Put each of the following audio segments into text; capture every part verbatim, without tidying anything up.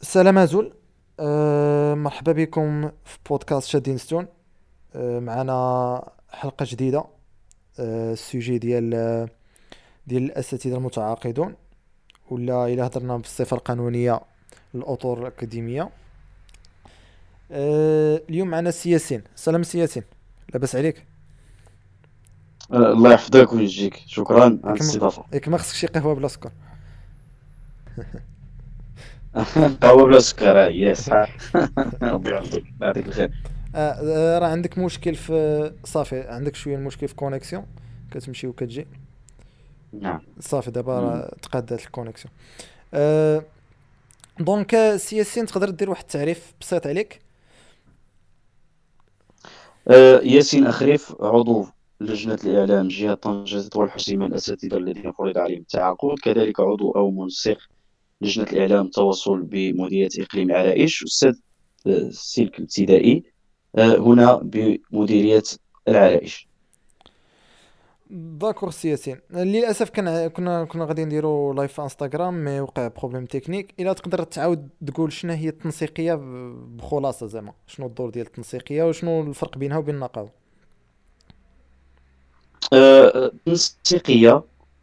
السلام أزول. أه مرحبا بكم في بودكاست شادين ستون. أه معنا حلقة جديدة. أه السوجي ديال ديال الأساتذة المتعاقدون، ولا إلا هضرنا بالصفة القانونية للأطر الأكاديمية. أه اليوم معنا سياسين. سلام سياسين، لاباس عليك؟ آه، الله يحفظك ويجيك، شكرا على ياك ما الاستضافة. ياك ما خصك شي قهوة بلا سكر؟ قهوة بلا سكر، آه، يا صحة. ربي يحفظك، الله يعطيك الخير. أه آه، راه عندك مشكل في صافي، عندك شوية المشكل في كونيكسيون، كتمشي وكتجي. نعم. صافي دابا مم. راه تقادات الكونيكسيون. أه دونك آه، سياسيين، تقدر دير واحد التعريف بسيط عليك؟ آه، ياسين أخريف، عضو لجنة الإعلام جهة طنجة تطوير الحسين من الأساتذة الذين فرض عليهم التعاقد، كذلك عضو أو منسق لجنة الإعلام التواصل بمديرية إقليم العرائش، أستاذ آه، السلك الابتدائي آه، هنا بمديرية العرائش. داكور سياسيين، للاسف كان كنا كنا غادي نديرو لايف في انستغرام، مي وقع بروبليم تكنيك. الا تقدر تعاود تقول شنو هي التنسيقيه ب- بخلاصه، زعما شنو الدور ديال التنسيقيه وشنو الفرق بينها وبين النقابه؟ آه، تنسيقية،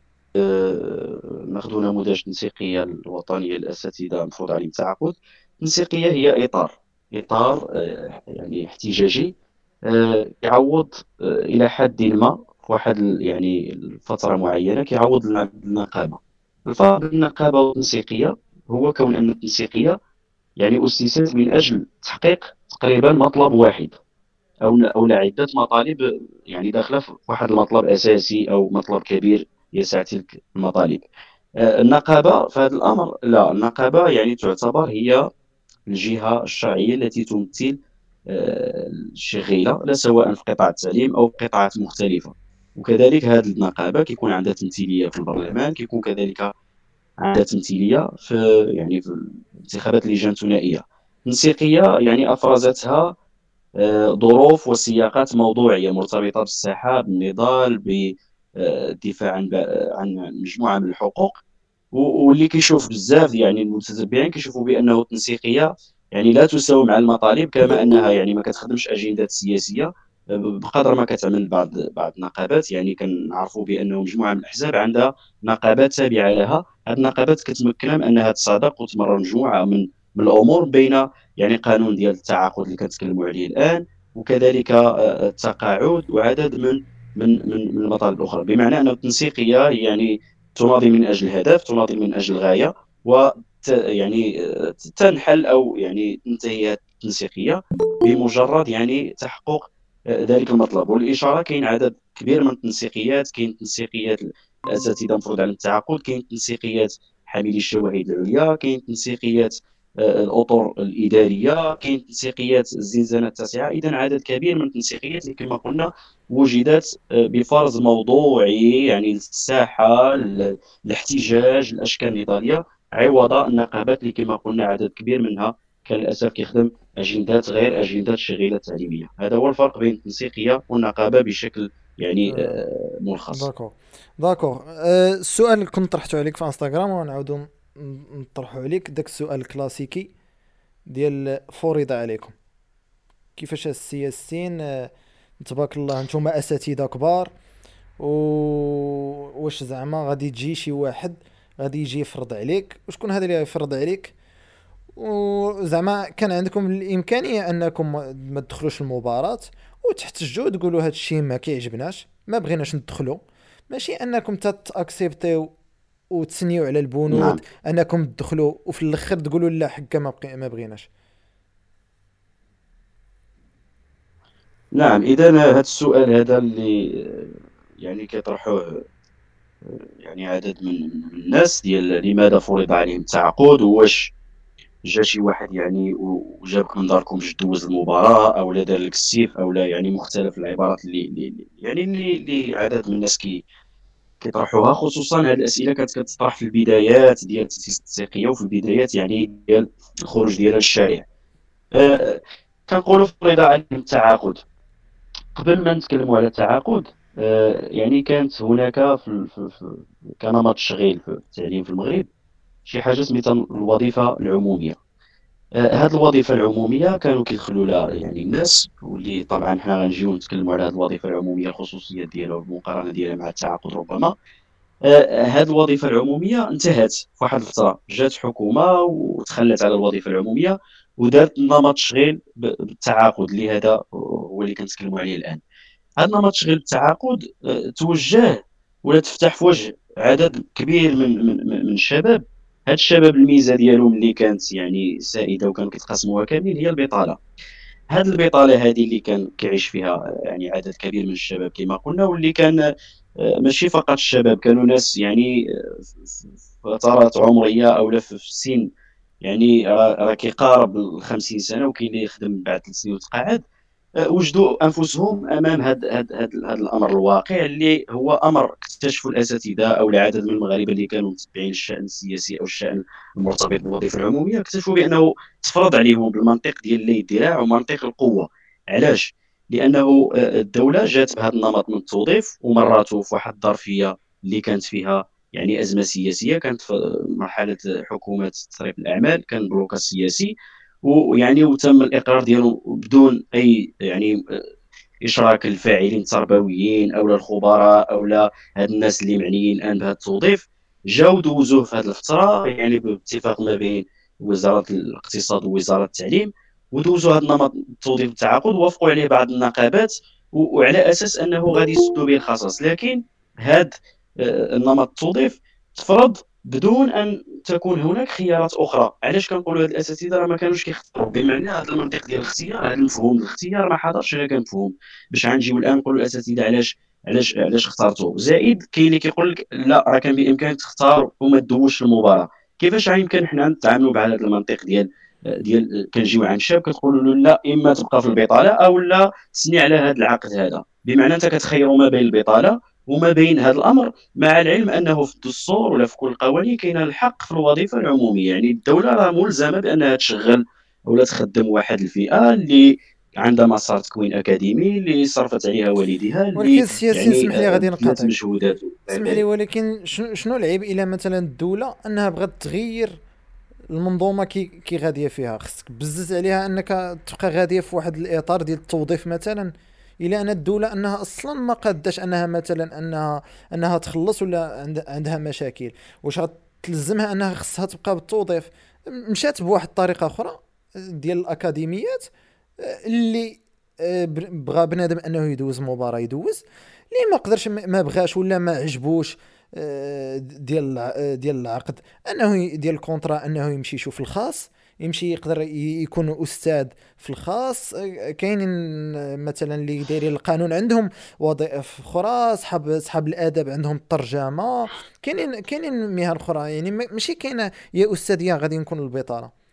آه، ناخذ نموذج التنسيقية الوطنية للأساتذة المفروض عليهم التعاقد. التنسيقية هي إطار إطار آه، يعني احتجاجي، آه، يعوض آه، إلى حد ما في واحد ال- يعني فترة معينة كيعوض الن- النقابة. الفرق بين النقابة والتنسيقية هو كون أن التنسيقية يعني أسست من أجل تحقيق تقريبا مطلب واحد، أو أو عدة مطالب يعني داخلة في واحد المطلب أساسي أو مطلب كبير يسع تلك المطالب. آه، النقابة في هذا الأمر لا، النقابة يعني تعتبر هي الجهة الشرعية التي تمثل آه، الشغيلة، لا سواء في قطاع التعليم أو قطاعات مختلفة. وكذلك هذه النقابة كيكون عندها تمثيلية في البرلمان، كيكون كذلك عندها تمثيلية في يعني في انتخابات اللجان الثنائية. التنسيقية يعني أفرزتها آه، ظروف وسياقات موضوعية مرتبطة بالساحة، بالنضال، بالدفاع عن عن مجموعة من الحقوق. و- واللي كيشوف بزاف يعني المتتبعين كيشوفوا بأنه التنسيقية يعني لا تساوي مع المطالب، كما أنها يعني ما كتخدمش أجندات سياسية آه، بقدر ما كتعمل بعض بعض النقابات. يعني كنعرفوا بأنه مجموعة من الأحزاب عندها نقابات تابعة لها. هذه النقابات كتمكنها من أنها تصادق وتمرر مجموعة من من الأمور، بين يعني قانون ديال التعاقد اللي كنتكلموا عليه الآن، وكذلك آه، التقاعد وعدد من من من من المطالب الأخرى. بمعنى أن التنسيقية يعني تناضل من أجل الهدف، تناضل من أجل الغاية، و يعني آه، تنحل أو يعني تنتهي التنسيقية بمجرد يعني تحقق آه، ذلك المطلب. والإشارة كاين عدد كبير من التنسيقيات. كاين تنسيقيات الأساتذة مفروض على التعاقد، كاين تنسيقيات حاملي الشواهد العليا، كاين تنسيقيات آه، الأطر الإدارية، كاين تنسيقيات الزنزانة التاسعة. إذا عدد كبير من التنسيقيات اللي كما قلنا وجدت آه، بفرض موضوعي يعني الساحة، ال- الاحتجاج، الأشكال النضالية، عوض النقابات اللي كما قلنا عدد كبير منها كان للأسف كيخدم أجندات غير أجندات الشغيلة التعليمية. هذا هو الفرق بين التنسيقية والنقابة بشكل يعني آه آه، ملخص. داكور. داكور آه السؤال اللي كنت طرحته عليك في انستغرام ونعاودو ن- نطرحو عليك، داك السؤال الكلاسيكي ديال فرض عليكم كيفاش السياسيين. آه، تبارك الله نتوما اساتذه كبار، و واش زعما غادي تجي شي واحد غادي يجي يفرض عليك؟ وشكون هذا اللي يفرض عليك؟ وزعما كان عندكم الامكانيه انكم ما ما تدخلوش المباراه وتحتجوا تقولوا هذا الشيء ما كيعجبناش، ما بغيناش ندخلوا. ماشي انكم تاكسبتيو وتسنيو على البنود نعم. انكم تدخلوا وفي الاخر تقولوا لا حكا ما بقي ما بغيناش. نعم، إذا هذا السؤال هذا اللي آه، يعني كيطرحوه يعني عدد من من الناس، ديال لماذا فرض عليهم التعاقد، واش جا شي واحد يعني و- وجابك من داركم باش دوز المباراة، او لا دار لك السيف، او لا يعني مختلف العبارات اللي, اللي اللي- يعني اللي, اللي عدد من الناس كي كيطرحوها. خصوصا هذه الاسئله كانت كتطرح في البدايات ديال التاسيس التنسيقيه، وفي البدايات يعني ديال الخروج ديالها للشارع. أه كنقولوا فرض عليهم التعاقد. قبل ما نتكلموا على التعاقد، أه يعني كانت هناك في, ال- في, في كنمط التشغيل في التعليم في المغرب شي حاجه سميتها الوظيفه العموميه. هذه الوظيفة العمومية كانوا كيدخلوا لها يعني الناس، واللي طبعا حنا غنجيو نتكلموا على هذه الوظيفة العمومية الخصوصية ديالها والمقارنة ديالها مع التعاقد ربما. آه، هذه الوظيفة العمومية انتهت في واحد الفترة، جات حكومة وتخلت على الوظيفة العمومية ودارت نمط تشغيل ب- بالتعاقد، اللي هذا هو اللي كنتكلموا عليه الآن. هذا نمط تشغيل بالتعاقد آه، توجه ولا تفتح في وجه عدد كبير من من من من الشباب. هاد الشباب الميزة ديالهم اللي كانت يعني سائدة وكانوا كيتقاسموها كاملين هي البطالة. هاد البطالة هذه اللي كان كيعيش فيها يعني عدد كبير من الشباب كما قلنا، واللي كان آه، ماشي فقط الشباب، كانوا ناس يعني آه، في في فترات عمرية أو لا في في سن يعني راه راه كيقارب الخمسين سنة، وكاين اللي يخدم بعد ثلاث سنين وتقاعد. آه، وجدوا أنفسهم أمام هاد هاد هاد هاد الأمر الواقع، اللي هو أمر اكتشفوا الأساتذة أو العدد من المغاربة اللي كانوا متبعين الشأن السياسي أو الشأن المرتبط بالوظيفة العمومية، اكتشفوا بأنه تفرض عليهم بالمنطق ديال اللي الذراع ومنطق القوة. علاش؟ لأنه آه، الدولة جات بهذا النمط من التوظيف ومراته في واحد الظرفية اللي كانت فيها يعني أزمة سياسية، كانت في مرحلة حكومة تصريف الأعمال، كان بلوكا سياسي، ويعني وتم الإقرار ديالو بدون أي يعني اشراك الفاعلين التربويين او الخبراء او هاد الناس اللي معنيين الان بهذا التوظيف. جاو دوزوه في هذه الفتره يعني باتفاق ما بين وزاره الاقتصاد ووزاره التعليم، ودوزوا هذا النمط التوظيف بالتعاقد، ووافقوا عليه بعض النقابات وعلى اساس انه غادي يسدوا به الخصاص. لكن هذا النمط التوظيف تفرض بدون ان تكون هناك خيارات اخرى. علاش كنقولوا هاد الاساتذه راه ما كانوش كيختاروا، بمعنى هذا المنطق ديال الاختيار، هذا المفهوم الاختيار ما حضرش هنا كمفهوم. باش غنجيو الان نقولوا الاساتذه علاش علاش علاش اختارته. زائد كاين اللي كيقول لك لا، راه كان بامكانك تختار وما تدوش المباراه. كيفاش غيمكن حنا نتعاملوا بهذا المنطق ديال ديال كنجيو عند شاب كتقول له لا، اما تبقى في البطاله او لا تسني على هذا العقد هذا. بمعنى انت كتخير ما بين البطاله وما بين هذا الامر، مع العلم انه في الدستور ولا في كل القوانين كاين الحق في الوظيفه العموميه. يعني الدوله راه ملزمه بانها تشغل ولا تخدم واحد الفئه اللي عندها مسار تكوين اكاديمي، اللي صرفت عليها والديها، ولكن اللي السياسيين يعني اسمح لي آه، غادي بذلت نقاطعك. مجهودات اسمح لي، وتعبات. ولكن شنو شنو العيب الى مثلا الدوله انها بغات تغير المنظومه كي كي غاديه فيها؟ خصك بزز عليها انك تبقى غاديه في واحد الاطار ديال التوظيف مثلا. الى ان الدوله انها اصلا ما قاداش انها مثلا انها انها تخلص ولا عند عندها مشاكل، واش غتلزمها انها خصها تبقى بالتوظيف؟ مشات بواحد الطريقه اخرى ديال الاكاديميات، اللي آه، بغى بنادم انه يدوز مباراه يدوز، اللي ما قدرش ما بغاش ولا ما عجبوش آه، ديال الع- آه، ديال العقد انه ي- ديال الكونترا انه يمشي يشوف الخاص، يمشي يقدر ي- يكون استاذ في الخاص. آه، كاينين آه، مثلا اللي دايرين القانون عندهم وظائف اخرى، صحاب صحاب الادب عندهم الترجمه، كاينين كاينين مهن اخرى، يعني ما- ماشي كاينه يا استاذ يا غادي نكون البطاله.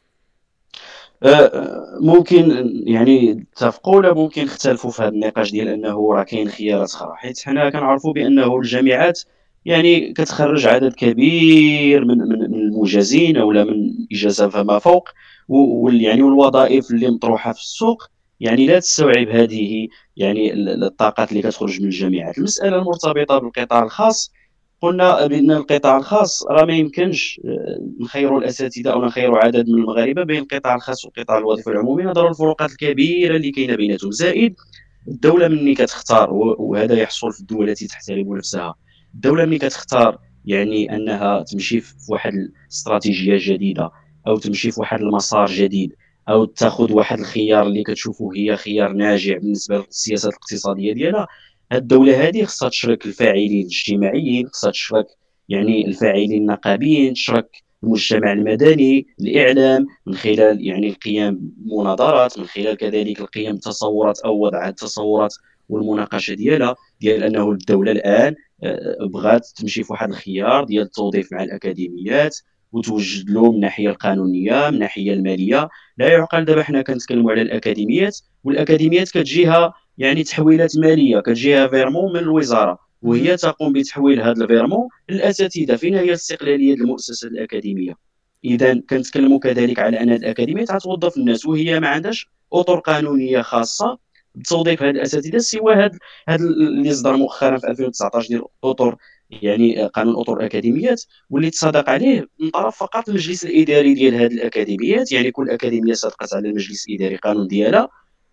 آه، ممكن يعني نتفقوا ولا ممكن نختلفوا في هذا النقاش ديال انه راه كاين خيارات اخرى، حيت حنا كنعرفوا بانه الجامعات يعني كتخرج عدد كبير من من من المجازين او لا من اجازه فما فوق، وال يعني والوظائف اللي مطروحه في السوق يعني لا تستوعب هذه يعني ال- الطاقات اللي كتخرج من الجامعات. المساله المرتبطه بالقطاع الخاص، قلنا بان القطاع الخاص راه ما يمكنش آه، نخيروا الاساتذه او نخيروا عدد من المغاربه بين القطاع الخاص والقطاع الوظيفي العمومي، نظرا للفروقات الكبيره اللي كاينه بيناتهم. زائد الدوله مني كتختار، و- وهذا يحصل في الدول التي تحترم نفسها، الدوله مني كتختار يعني انها تمشي في واحد الاستراتيجيه جديده او تمشي في واحد المسار جديد، او تاخذ واحد الخيار اللي كتشوفه هي خيار ناجع بالنسبه للسياسه الاقتصاديه ديالها. هاد الدوله هذه خصها تشرك الفاعلين الاجتماعيين، خصها تشرك يعني الفاعلين النقابيين، تشرك المجتمع المدني، الاعلام، من خلال يعني القيام بمناظرات، من خلال كذلك القيام بتصورات او وضع التصورات والمناقشه ديالها، ديال انه الدوله الان آه، بغات تمشي في واحد الخيار ديال التوظيف مع الاكاديميات، وتوجد له من الناحيه القانونيه من الناحيه الماليه. لا يعقل دابا حنا كنتكلموا على الاكاديميات، والاكاديميات كتجيها يعني تحويلات ماليه، كتجيها فيرمون من الوزاره، مهم. وهي تقوم بتحويل هذا الفيرمون للاساتذه. فين هي الاستقلاليه المؤسسه الاكاديميه؟ اذا كنتكلموا كذلك على ان الاكاديميه تعتوظف الناس وهي ما عندهاش اطر قانونيه خاصه بتوظيف هذه الاساتذه، سوى هذا هذا اللي صدر مؤخرا في ألفين وتسعطاش ديال اطر يعني قانون اطر الاكاديميات، واللي تصادق عليه من طرف فقط المجلس الاداري ديال هذه الاكاديميات. يعني كل اكاديميه صادقت على المجلس الاداري قانون ديالها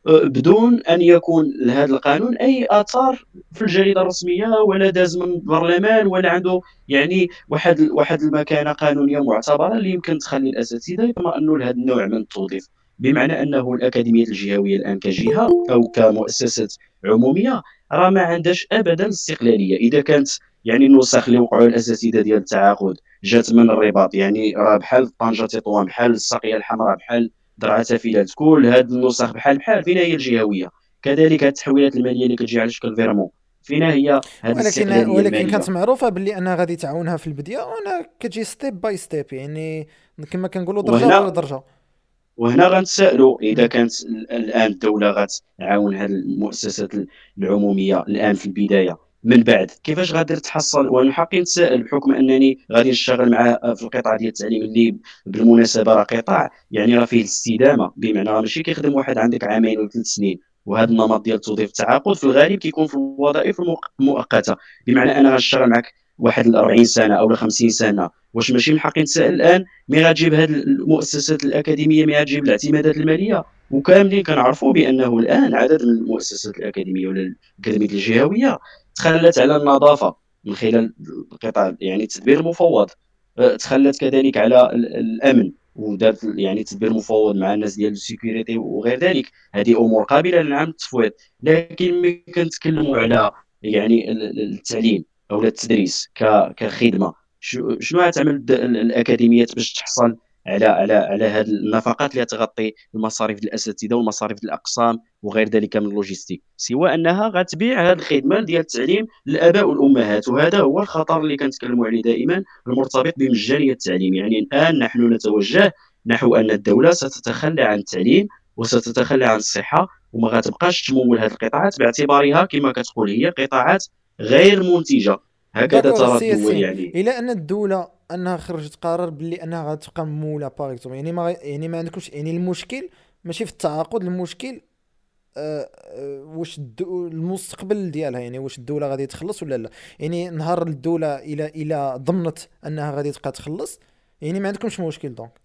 بدون ان يكون لهذا القانون اي اثار في الجريده الرسميه، ولا داز من البرلمان، ولا عنده يعني واحد واحد المكانه قانونيه معتبره اللي يمكن تخلي الاساتذه يطمئنوا لهذا النوع من التوظيف. بمعنى انه الاكاديميات الجهويه الان كجهه او كمؤسسات عموميه راه ما عندهاش ابدا استقلاليه. اذا كانت يعني النسخ اللي وقعوا الاساتذه ديال التعاقد جات من الرباط، يعني راه بحال طنجه تطوان، بحال الساقيه الحمراء، بحال درعا تافيلات، كل هاد النسخ بحال بحال، فين هي الجهويه؟ كذلك هاد التحويلات الماليه اللي كتجي على شكل فيرمون، فين هي هاد ولكن الاستقلاليه ولكن الماليه؟ كانت معروفه باللي انها غادي تعاونها في البدايه، وانا كتجي ستيب باي ستيب، يعني كما كنقولوا درجه ورا وهنا درجه. وهنا غنتسائلوا اذا مم. كانت ال- الان الدوله غتعاون هذه المؤسسات العموميه الان في البدايه، من بعد كيفاش غادي تحصل؟ وانا حقي نتسائل بحكم انني غادي نشتغل معاه في القطاع ديال التعليم، اللي بالمناسبه راه قطاع يعني راه فيه الاستدامه، بمعنى راه ماشي كيخدم واحد عندك عامين ولا ثلاث سنين. وهذا مم. النمط ديال التوظيف التعاقد في الغالب كيكون في الوظائف المؤق- المؤقته، بمعنى انا غنشتغل معك واحد أربعين سنه او خمسين سنه. واش ماشي من حقي نتسائل الان مي غتجيب هذه المؤسسات الاكاديميه، مي غتجيب الاعتمادات الماليه؟ وكاملين كنعرفوا بانه الان عدد من المؤسسات الاكاديميه ولا الاكاديميات الجهويه تخلت على النظافه من خلال القطاع، يعني التدبير المفوض. أه، تخلت كذلك على ال- الامن، ودارت يعني تدبير مفوض مع الناس ديال السيكوريتي وغير ذلك. هذه امور قابله للعام التفويض. لكن ملي كنتكلموا على يعني ال- ال- التعليم او التدريس ك- كخدمه، شو- شنو غتعمل الد- ال- الاكاديميات باش تحصل على على على هذه النفقات اللي تغطي المصاريف ديال الاساتذه ومصاريف الاقسام وغير ذلك من اللوجيستيك، سوى انها غتبيع هذه الخدمه ديال التعليم للاباء والامهات؟ وهذا هو الخطر اللي كنتكلموا عليه دائما، المرتبط بمجانيه التعليم. يعني الان نحن نتوجه نحو ان الدوله ستتخلى عن التعليم وستتخلى عن الصحه، وما غتبقاش تمول هذه القطاعات باعتبارها كما كتقول هي قطاعات غير منتجه. هكذا داكوغ ترى الدول السياسيين، يعني. الى ان الدوله انها خرجت قرار باللي انها غتبقى مموله باغ اكزومبل، يعني ما غي- يعني ما عندكمش، يعني المشكل ماشي في التعاقد، المشكل آه، آه، واش الدو- المستقبل ديالها، يعني واش الدوله غادي تخلص ولا لا. يعني نهار الدوله الى الى ضمنت انها غادي تبقى تخلص، يعني ما عندكمش مشكل دونك.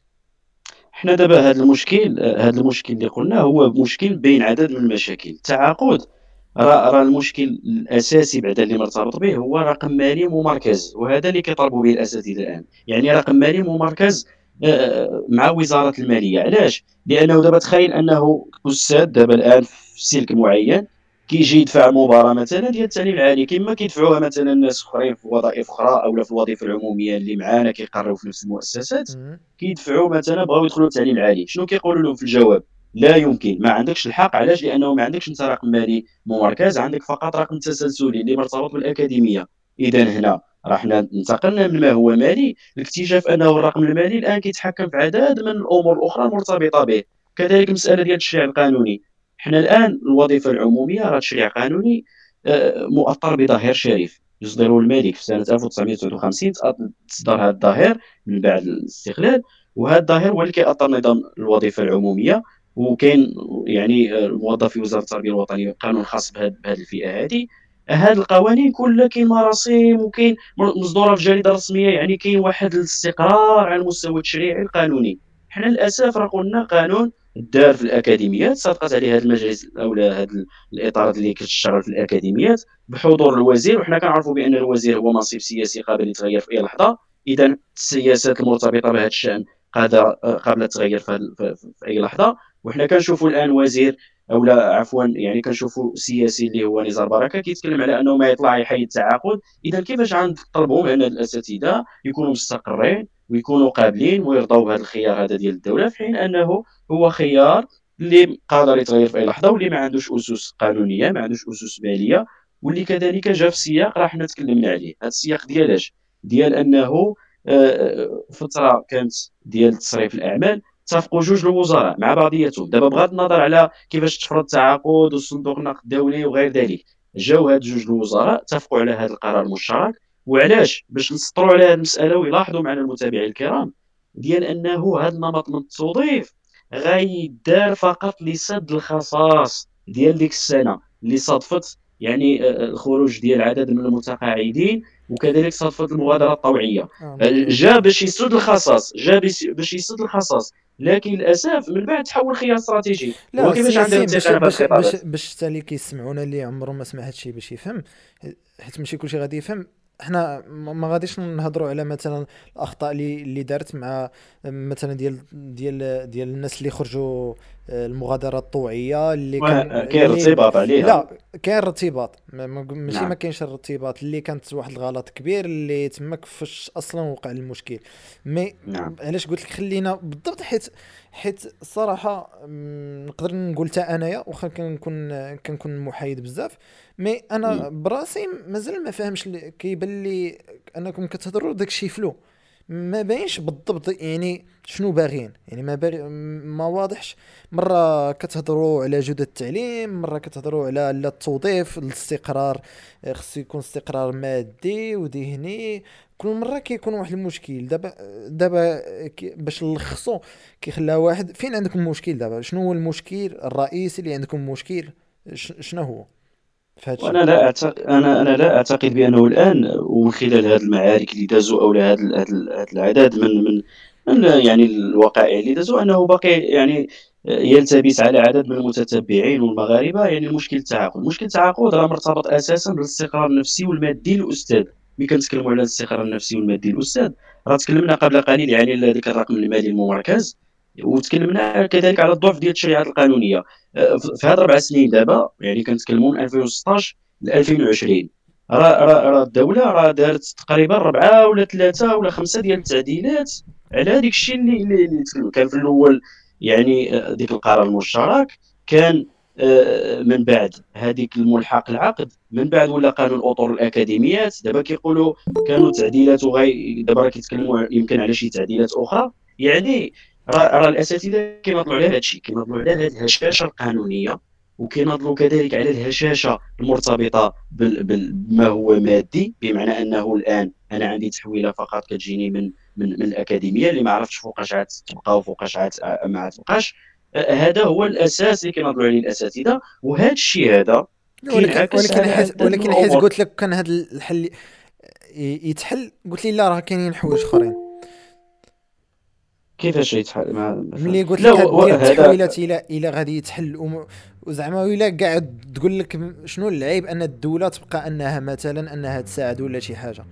حنا دابا هذا المشكل هذا المشكل اللي قلنا هو مشكل بين عدد من المشاكل. التعاقد راه راه المشكل الاساسي بعد اللي مرتبط به هو رقم مالي ممركز، وهذا اللي كيطالبوا به الاساتذه الان. يعني رقم مالي ممركز آه، مع وزاره الماليه. علاش؟ لانه دابا تخيل انه استاذ دابا الان في سلك معين كيجي يدفع مباراه مثلا ديال التعليم العالي، كما كيدفعوها مثلا الناس اخرين في وظائف اخرى او في الوظيفه العموميه اللي معانا كيقريو في نفس المؤسسات. مم. كيدفعوا مثلا بغاو يدخلوا للتعليم العالي، شنو كيقولوا لهم في الجواب؟ لا يمكن، ما عندكش الحق. علاش؟ لانه ما عندكش انت رقم مالي ممركز، عندك فقط رقم تسلسلي اللي مرتبط بالاكاديميه. اذا هنا راه حنا انتقلنا من ما هو مالي لاكتشاف انه الرقم المالي الان كيتحكم في عدد من الامور الاخرى المرتبطه به. كذلك مساله ديال التشريع القانوني. حنا الان الوظيفه العموميه راه تشريع قانوني آه، مؤطر بظاهر شريف يصدره الملك في سنه ألف وتسعمائة وتسعة وخمسين. تصدر هذا الظاهر من بعد الاستقلال، وهذا الظاهر هو اللي كيأطر نظام الوظيفه العموميه. وكاين يعني آه، موظفي وزاره التربيه الوطنيه قانون خاص بهذه الفئه هذه. هذه القوانين كلها كاين مراسيم وكاين مصدوره في جريده رسميه، يعني كاين واحد الاستقرار على المستوى التشريعي القانوني. حنا للاسف راه قلنا قانون دار في الاكاديميات، صادقت عليه هذا المجلس او هذا الاطارات اللي كتشتغل في الاكاديميات بحضور الوزير. وحنا كنعرفوا بان الوزير هو منصب سياسي قابل للتغير في اي لحظه، اذا السياسات المرتبطه بهذا الشان قادره قابله للتغير في, في, في اي لحظه. وحنا كنشوفوا الان وزير او لا عفوا يعني كنشوفوا سياسي اللي هو نزار بركه كيتكلم على انه ما يطلع يحيد التعاقد. اذا كيفاش غنطلبوا من الاساتذه يكونوا مستقرين ويكونوا قابلين ويرضوا بهذا الخيار هذا ديال الدوله، في حين انه هو خيار اللي قادر يتغير في اي لحظه، واللي ما عندوش اسس قانونيه، ما عندوش اسس ماليه، واللي كذلك جا في السياق راه حنا تكلمنا عليه. هذا السياق ديالاش؟ ديال انه آه، فتره كانت ديال تصريف الاعمال اتفقوا جوج الوزراء مع بعضياتهم. دابا بغض النظر على كيفاش تفرض التعاقد والصندوق النقد الدولي وغير ذلك، جاو هاد جوج الوزراء اتفقوا على هذا القرار المشترك. وعلاش؟ باش نسطروا على هذه المساله ويلاحظوا معنا المتابعين الكرام ديال انه هذا النمط من التوظيف غيدار فقط لسد الخصاص ديال ديك السنه اللي صادفت يعني آه، الخروج ديال عدد من المتقاعدين وكذلك صفت المبادره الطوعيه. اه آه، مزيان. جا باش يسد الخصاص، جا باش باش يسد الخصاص، لكن للاسف من بعد تحول خيار استراتيجي. لا وكيفاش غندير السياسيين الثقه باش انا في هذه باش باش الخطابات؟ باش حتى اللي كيسمعونا اللي عمرهم ما سمع هادشي باش يفهم، حيت ماشي كلشي غادي يفهم. حنا ما ما غاديش نهضروا على مثلا الاخطاء اللي اللي دارت مع مثلا ديال ديال ديال الناس اللي خرجوا، آه، المغادرات الطوعيه اللي كان كاين اللي ارتباط عليها. لا كاين ارتباط، ما- ما- ماشي ما نعم. كاينش الارتباط، اللي كانت واحد الغلط كبير اللي تماك فاش اصلا وقع المشكل. مي نعم. علاش قلت لك خلينا بالضبط، حيت حيت الصراحه مم، نقدر نقول حتى انايا واخا كنكون كنكون محايد بزاف، مي مم. انا براسي مازال ما فاهمش اللي- كيبان لي انكم كتهضروا داكشي فلو، ما باينش بالضبط يعني شنو باغيين، يعني ما باغي ما واضحش. مره كتهضروا على جوده التعليم، مره كتهضروا على لا التوظيف الاستقرار، آه، خصو يكون استقرار مادي وذهني. كل مره كيكون واحد المشكل. دابا دابا كي- باش نلخصو كيخليها واحد، فين عندكم مشكل دابا؟ شنو هو المشكل الرئيسي اللي عندكم مشكل؟ ش- شنو هو في هادشي؟ وانا لا اعتقد انا انا لا اعتقد بانه الان ومن خلال هذه المعارك اللي دازوا، او هذا هذا العدد من من من يعني الوقائع اللي دازوا، انه باقي يعني يلتبس على عدد من المتتبعين والمغاربه يعني المشكل التعاقد. مشكل التعاقد راه مرتبط اساسا بالاستقرار النفسي والمادي للاستاذ. ملي كنتكلموا على الاستقرار النفسي والمادي للاستاذ، راه تكلمنا قبل قليل يعني على ذاك الرقم المالي الممركز، وتكلمنا كذلك على الضعف ديال التشريعات القانونيه. آه، في هاد الربع سنين دابا يعني كنتكلموا من ألفين وستطاش ل ألفين وعشرين، راه راه راه الدوله راه دارت تقريبا ربعه ولا ثلاثه ولا خمسه ديال التعديلات على هذيك الشيء اللي اللي اللي تكلم- كان في الاول. يعني آه، ديك القرار المشترك كان، آه، من بعد هذيك الملحق العقد، من بعد ولا قانون الاطر الاكاديميات، دابا كيقولوا كانوا تعديلات وغاي دابا راه كيتكلموا يمكن على شي تعديلات اخرى. يعني راه راه الاساتذه كيناضلوا على هذا الشيء، كيناضلوا على هذه الهشاشه القانونيه، وكيناضلوا كذلك على الهشاشه المرتبطه بال- بال- بما هو مادي، بمعنى انه الان انا عندي تحويله فقط كتجيني من من من الاكاديميه اللي ما عرفتش فوقاش عاد تبقى وفوقاش عاد ما تبقاش. آه، هذا هو الاساس اللي كيناضلوا عليه الاساتذه، وهذا الشيء هذا ولكن كينعكس ولكن على حيت عدد من ولكن حيت الامور. قلت لك كان هذا الحل ي- يتحل، قلت لي لا راه كاينين حوايج اخرين. كيفاش يتحل؟ ما ما ملي فهمت. قلت لا لك هاد و- و- ديال هذا التحويلات الى الى غادي يتحل، وم- وزعما الا قاعد تقول لك م- شنو العيب ان الدوله تبقى انها مثلا انها تساعد ولا شي حاجه.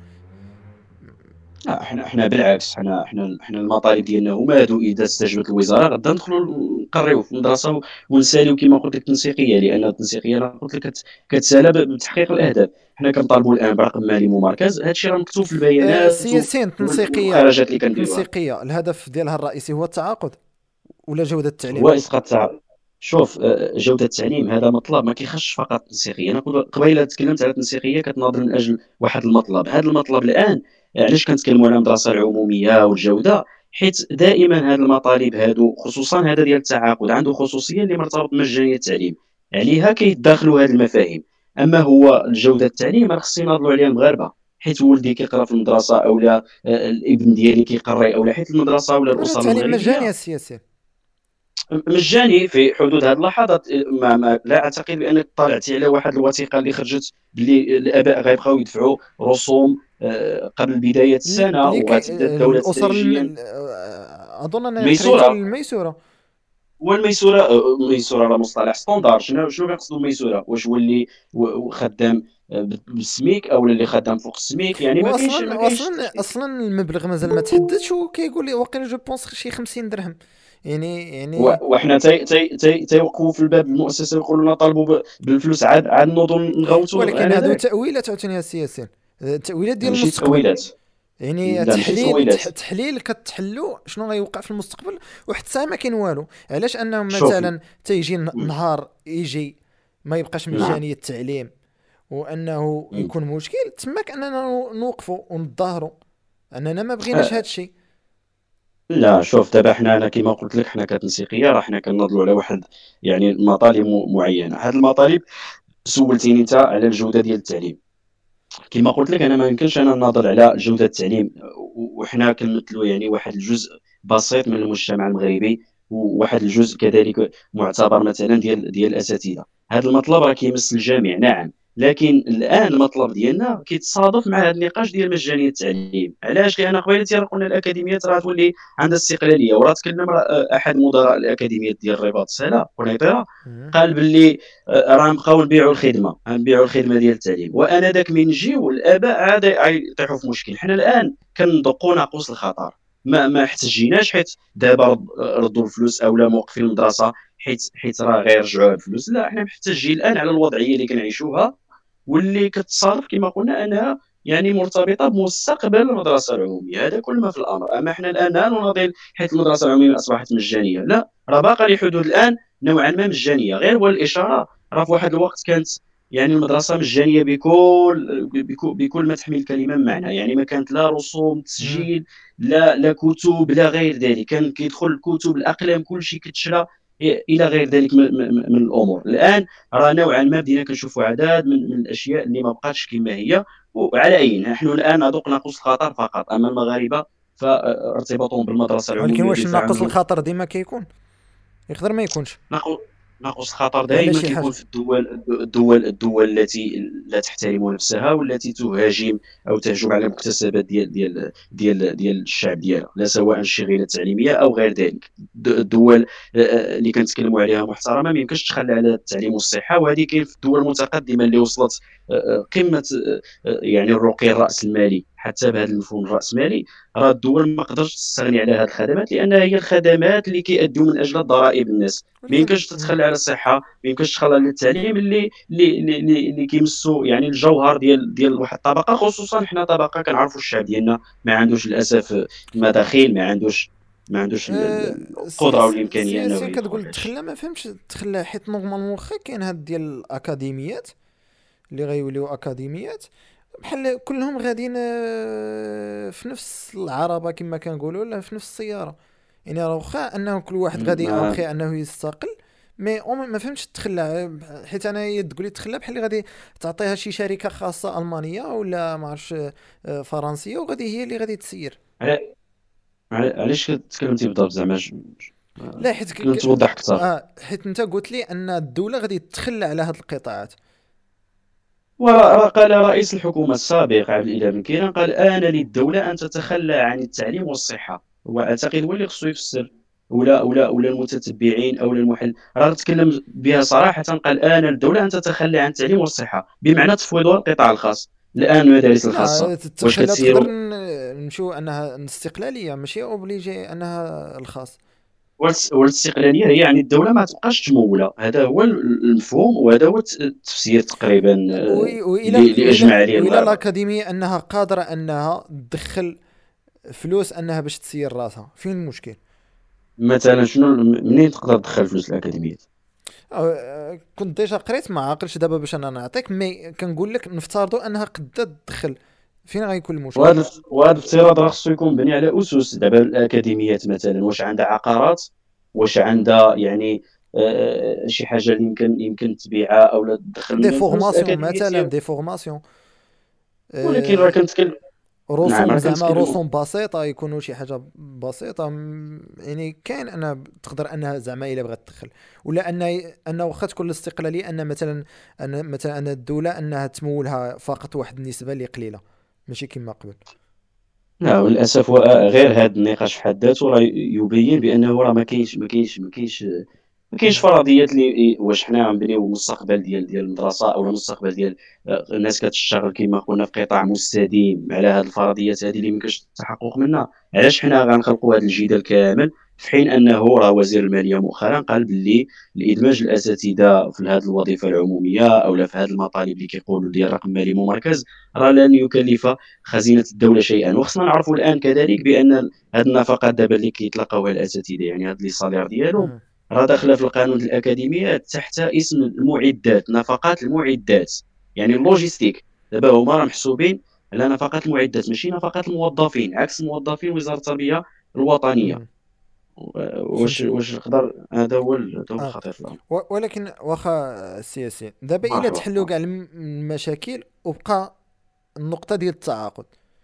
لا، احنا احنا بالعكس، احنا احنا احنا المطالب ديالنا هما هادو. اذا استجابت الوزاره غدا ندخلوا نقريو في المدرسه و- ونساليو كما قلت لك التنسيقيه، لان التنسيقيه انا قلت لك كت- كتسالى ب- بتحقيق الاهداف. حنا كنطالبوا الان برقم مالي ممركز، هذا الشيء راه مكتوب في أه، البيانات و- السياسيين وال- التنسيقيه والمخرجات اللي كنديروها. التنسيقيه الهدف ديالها الرئيسي هو التعاقد ولا جوده التعليم؟ هو اسقاط التعب. شوف، آه، جوده التعليم هذا مطلب ما كيخصش فقط التنسيقيه. انا قبل- قبيله تكلمت على التنسيقيه كتناظر من اجل واحد المطلب. هذا المطلب الان، علاش كنتكلموا على المدرسه العموميه والجوده؟ حيت دائما هذه المطالب هادو، خصوصا هذا ديال التعاقد، عنده خصوصيه اللي مرتبط بمجانيه التعليم، عليها كيتداخلوا هذه المفاهيم. اما هو الجوده التعليم راه خص يناضلوا عليها المغاربه، حيت ولدي كيقرا في المدرسه، او لا آه، الابن ديالي كيقري، او لا حيت المدرسه ولا راه الاسر التعليم مجاني المغربيه السياسيين. مجاني في حدود هذه اللحظات. ما, ما لا اعتقد بانك طالعتي على واحد الوثيقه اللي خرجت باللي الاباء غيبقاو يدفعوا رسوم آه، قبل بدايه السنه، اللي كي وغتبدا الدوله الاسر الم... تدريجيا. ال- أه، اظن انا قريته الميسوره. الميسوره. والميسوره، آه، الميسوره راه مصطلح ستوندار. شنو شنو كنقصدوا الميسوره؟ واش هو اللي و- و- خدام آه، بالسميك، او اللي خدام فوق السميك؟ يعني ما كاينش ما واصلا كاينش واصلا التشكيل. اصلا المبلغ مازال ما تحددش، وكيقول لي واقيلا جو بونس شي خمسين درهم، يعني و- يعني وحنا تي تي تي تيوقفوا في الباب المؤسسه ويقولوا لنا طالبوا ب- بالفلوس، عاد عاد نوضوا نغوتوا ولكن على هادو ذاك. تأويلات عاوتاني السياسيين، التأويلات ديال ماشي المستقبل. تأويلات. يعني لا ماشي تحليل تأويلات. تح- تحليل كتحلو شنو غيوقع في المستقبل، وحتى ساعه ما كاين والو. علاش انهم شوف. مثلا تيجي ن- مم. نهار يجي ما يبقاش نعم. مجانية التعليم، وانه مم. يكون مشكل تماك اننا نو- نوقفوا ونتظاهروا اننا ما بغيناش هذا آه، الشيء. لا شوف، دابا حنا انا كما قلت لك حنا كتنسيقيه راه حنا كنناضلوا على واحد يعني مطالب م- معينه. هاد المطالب سولتيني انت على الجوده ديال التعليم. كما قلت لك انا ما يمكنش انا نناضل على جوده التعليم و- وحنا كنمثلوا يعني واحد الجزء بسيط من المجتمع المغربي، وواحد الجزء كذلك معتبر مثلا ديال ديال الاساتذه. هذا المطلب راه كيمس الجميع، نعم. لكن الان المطلب ديالنا كيتصادف مع هذا النقاش ديال مجانيه التعليم. علاش؟ لان قبيله راه قلنا الاكاديميات راه تولي عندها استقلاليه، وراه تكلم راه احد مدراء الاكاديميات ديال الرباط السلا قنيطره مم. قال باللي آه، راه نبقاو نبيعوا الخدمه، نبيعوا الخدمه ديال التعليم، وانا ذاك من نجيو الاباء عاد يطيحوا في مشكل. حنا الان كندقوا ناقوس الخطر، ما ما احتجيناش حيت دابا رد- ردوا الفلوس او لا موقفين المدرسه حيت حيت راه غيرجعوها الفلوس. لا، حنا محتاجين الان على الوضعيه اللي كنعيشوها واللي كتصادف كما قلنا انها يعني مرتبطه بمستقبل المدرسه العموميه. هذا كل ما في الامر. اما احنا الان لا نناضل حيث المدرسه العموميه اصبحت مجانيه، لا، راه باقا لحدود الان نوعا ما مجانيه. غير هو الاشاره، راه في واحد الوقت كانت يعني المدرسه مجانيه بكل بكل, بكل ما تحمل الكلمه من معنى. يعني ما كانت لا رسوم مم. تسجيل، لا لا كتب، لا غير ذلك. كان كيدخل الكتب، الاقلام، كل شيء كتشرى الى غير ذلك من, من, من الامور. الان راه نوعا ما بدينا كنشوفوا عدد من, من الاشياء اللي ما بقاتش كما هي. وعلى اي، نحن الان نذوق ناقوس الخطر فقط. اما المغاربه فارتباطهم بالمدرسه ولكن العموميه واش دفاع ناقص عنهم. الخطر ديما كيكون؟ يقدر ما يكونش. ناقص ناقص الخطر ولا دائما شي كيكون حاجه. في الدول الدول الدول التي لا تحترم نفسها، والتي تهاجم او تهجم على المكتسبات ديال ديال ديال ديال الشعب ديالها، لا سواء الشغيله التعليميه او غير ذلك. الدول آه، اللي كنتكلموا عليها محترمه ما يمكنش تخلى على التعليم والصحه، وهذه كاين في الدول المتقدمه اللي وصلت آه، آه، قمه آه، آه، يعني الرقي الراسمالي. حتى بهذا المفهوم الراسمالي راه الدول ما قدرتش تستغني على هذه الخدمات، لانها هي الخدمات اللي كيأدوا من اجلها ضرائب الناس. ما ولكن يمكنش مم. تتخلى على الصحه، ما يمكنش تتخلى على التعليم اللي اللي اللي, اللي كيمسوا يعني الجوهر ديال ديال واحد الطبقه. خصوصا حنا طبقه كنعرفوا الشعب ديالنا ما عندوش للاسف المداخيل، ما عندوش ما عندوش ال- ال- أه القدره سي- والامكانيه انه سياسيا يدخل كتقول في هذا الشيء. تخلى، ما فهمتش تخلى، حيت نورمالمون واخا كاين هاد ديال الاكاديميات اللي غيوليو اكاديميات بحال كلهم غاديين آه، في نفس العربه كما كنقولوا، ولا في نفس السياره. يعني راه واخا انه كل واحد غادي ما اوخي انه يستقل، مي أو ما فهمتش تخلى. حيت انا هي تقول لي تخلى بحال اللي غادي تعطيها شي شركه خاصه المانيه ولا ما عرفتش آه، فرنسيه، وغادي هي اللي غادي تسير. علا- علا- علاش تكلمتي بالضبط زعما ج- ج- لا حيت ك... كنت ك... توضح اكثر. اه حيت انت قلت لي ان الدوله غادي تتخلى على هاد القطاعات. وقال رئيس الحكومة السابق عبد الإله بن كيران، قال آن للدولة أن تتخلى عن التعليم والصحة. وأعتقد هو اللي خصو يفسر، ولا ولا ولا المتتبعين أو المحل. راه تكلم بها صراحة، قال آن للدولة أن تتخلى عن التعليم والصحة، بمعنى تفويضها القطاع الخاص. الآن المدارس الخاصة لا واش تتخلى، تقدر كتسيروا؟ ن- نمشيو انها استقلاليه، ماشي اوبليجي انها الخاص. والاس- والاستقلالية هي يعني الدولة ما تبقاش تمولة. هذا هو المفهوم، وهذا هو الت- التفسير تقريبا آه، وي- وإلى اللي اللي أجمع وإلى عليه وإلى المغاربة. الأكاديمية أنها قادرة أنها تدخل فلوس أنها باش تسير راسها، فين المشكل؟ مثلا شنو منين تقدر تدخل فلوس الأكاديميات؟ أو- أه، كنت ديجا قريت، ما عاقلش دابا باش أنا نعطيك، مي كنقول لك نفترضوا أنها قد تدخل، فين غيكون المشكل؟ وهذا وهذا الافتراض راه خصو يكون مبني على اسس. دابا الاكاديميات مثلا واش عندها عقارات؟ واش عندها يعني آه، شي حاجه اللي يمكن يمكن تبيعها او لا تدخل دي منها الفلوس فورماسيون الاكاديميات مثلا، هي. دي فورماسيون ولكن راه أه، كنتكلم. نعم، راه رسوم زعما كنتكلموا. رسوم بسيطة، يكونوا شي حاجة بسيطة. م- يعني كاين أنا تقدر أنها زعما إلا بغات تدخل، ولا أن أن واخا تكون الاستقلالية، أن مثلا أن مثلا أن الدولة أنها تمولها فقط واحد النسبة اللي قليلة، ماشي كما قبل. لا، للاسف هو غير هذا النقاش في حد ذاته راه يبين بانه راه ما كاينش ما كاينش ما كاينش ما كاينش مم. فرضيات اللي واش حنا غنبنيو المستقبل ديال ديال المدرسه او المستقبل ديال آه، الناس كتشتغل كما قلنا في قطاع مستديم على هذه الفرضيات هذه اللي ميمكنش التحقق منها. علاش حنا غنخلقوا هذا الجدال كامل في حين انه راه وزير الماليه مؤخرا قال باللي الادماج الاساتذه في هذه الوظيفه العموميه او لا في هذه المطالب اللي كيقولوا ديال رقم مالي ممركز راه لن يكلف خزينه الدوله شيئا. وخصنا نعرفوا الان كذلك بان هذه النفقات دابا اللي كيتلقاوها الاساتذه، يعني هذا لي صالير ديالهم، مم. راه داخله في القانون الأكاديميات تحت اسم المعدات، نفقات المعدات، يعني اللوجيستيك. دابا هما راه محسوبين على نفقات المعدات ماشي نفقات الموظفين، عكس موظفين وزارة التربية الوطنية. مم. واش فهمتك. واش نقدر، هذا هو ال- هذا هو آه. الخطير في الأمر. و- ولكن واخا السياسيين دابا إلا مرحبا. تحلوا كاع الم- المشاكل وبقى النقطة ديال التعاقد،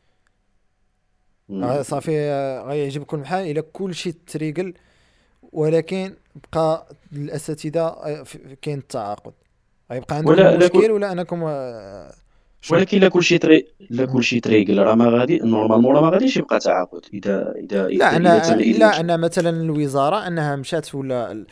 آه مم. صافي، آه، غيعجبكم الحال إلا كل شيء تريقل، ولكن بقى الاساتذه آه، ف- كاين التعاقد، غيبقى عندكم ولا لا مشكل كل ولا انكم آه، شنو؟ ولكن لا كلشي طري لا مم. كلشي تريقل، راه ما غادي نورمالمون راه ما غاديش يبقى تعاقد اذا اذا اذا, لا إذا تم انا لا ادماج. انا مثلا الوزاره انها مشات ولا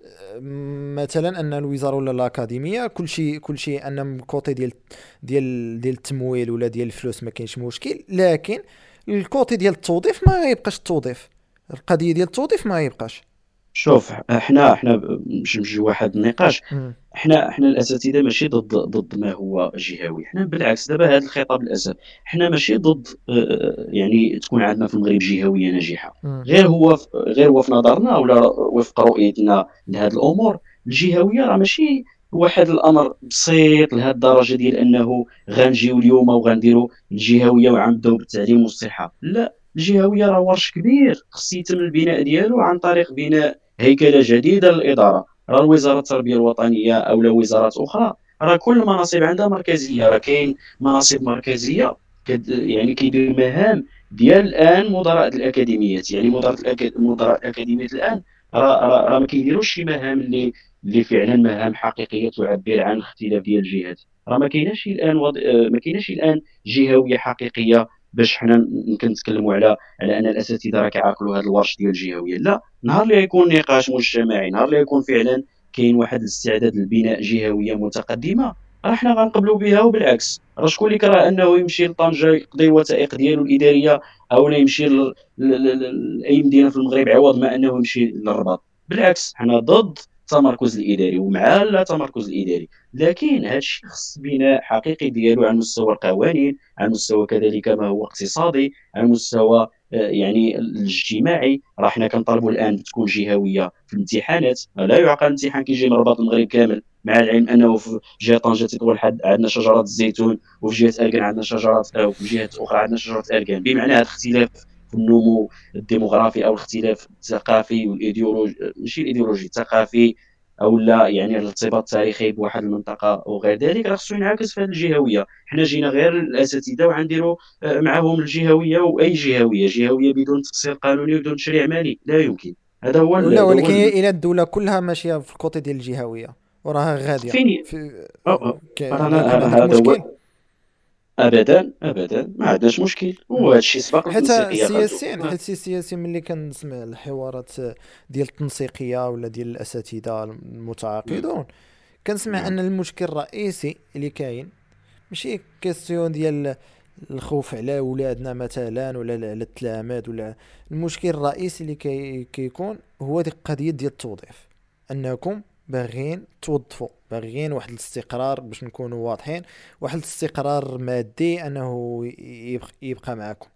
مثلا ان الوزاره ولا الاكاديميه كل شيء كل شيء ان من كوتي ديال ديال ديال التمويل ولا ديال الفلوس ما كاينش مشكل، لكن الكوتي ديال التوظيف ما يبقاش التوظيف، القضيه ديال التوظيف ما يبقاش. شوف، احنا احنا باش نمشي واحد النقاش. مم. احنا احنا الاساتذه ماشي ضد ضد ما هو جهوي، احنا بالعكس دابا هذا الخطاب للاسف. احنا ماشي ضد آه، يعني تكون عندنا في المغرب جهويه ناجحه. مم. غير هو في- غير هو في نظرنا ولا وفق رؤيتنا لهذه الامور، الجهويه راه ماشي واحد الامر بسيط لهذه الدرجه ديال انه غنجيو اليوم وغنديروا الجهويه وغنبداو بالتعليم والصحه. لا، الجهويه راه ورش كبير خص يتم البناء ديالو عن طريق بناء هيكله جديده للاداره. راه وزاره التربيه الوطنيه او لا وزارات اخرى، راه كل المناصب عندها مركزيه. راه كاين مناصب مركزيه كد يعني كيدير مهام ديال الان مدراء الاكاديميات. يعني مدراء الأكاد... مدراء الاكاديميات الان راه راه راه ما كيديروش شي مهام اللي اللي فعلا مهام حقيقيه تعبر عن اختلاف ديال الجهات. راه ما كايناش الان وض... آه، ما كايناش الان جهويه حقيقيه باش حنا كنتكلموا على على ان الاساتذه راه كيعاقلوا هذا الورش ديال الجهويه. لا، نهار اللي يكون نقاش مجتمعي، نهار اللي يكون فعلا كاين واحد الاستعداد لبناء جهويه متقدمه، راه حنا غنقبلوا بها. وبالعكس، راه شكون اللي كره انه يمشي لطنجه يقضي الوثائق ديالو الاداريه، او لا يمشي ل- ل- ل- لاي مدينه في المغرب عوض ما انه يمشي للرباط؟ بالعكس، حنا ضد التمركز الاداري ومع لا التمركز الاداري. لكن هذا الشيء خص بناء حقيقي ديالو على مستوى القوانين، على مستوى كذلك ما هو اقتصادي، على مستوى آه، يعني الاجتماعي. راه حنا كنطالبوا الان بتكون جهويه في الامتحانات. لا يعقل امتحان كيجي من رباط المغرب كامل، مع العلم انه في جهه طنجه تطول حد عندنا شجرات الزيتون، وفي جهه اركان عندنا شجرات، آه، وفي جهه اخرى عندنا شجره اركان. بمعنى هذا الاختلاف في النمو الديموغرافي او الاختلاف الثقافي والايديولوجي، ماشي الايديولوجي الثقافي، او لا يعني الارتباط التاريخي بواحد المنطقه وغير ذلك، راه خصو ينعكس في هذه الجهويه. حنا جينا غير الاساتذه وغنديروا آه، معهم الجهويه، واي جهويه جهويه بدون تفصيل قانوني وبدون تشريع مالي لا يمكن. هذا هو ال- ولا هذا هو ولكن ال- الى الدوله كلها ماشيه في الكوتي ديال الجهويه وراها غاديه فين في أو أو. ك- ما رانا يكون عندك هذا مشكل. هو. ابدا ابدا ما عندناش مشكل، مم. وهذا الشيء سبق حيت التنسيقيه خرجوا السياسيين آه. حيت السياسيين ملي كنسمع الحوارات ديال التنسيقيه ولا ديال الاساتذه مم. المتعاقدون، كنسمع نعم. ان المشكل الرئيسي اللي كاين ماشي كيستيون ديال الخوف على ولادنا مثلا ولا على التلاميذ، ولا المشكل الرئيسي اللي كي كيكون هو ديك القضيه ديال التوظيف. انكم باغيين توظفوا، باغيين واحد الاستقرار باش نكونوا واضحين، واحد الاستقرار مادي انه يبقى, يبقى معكم.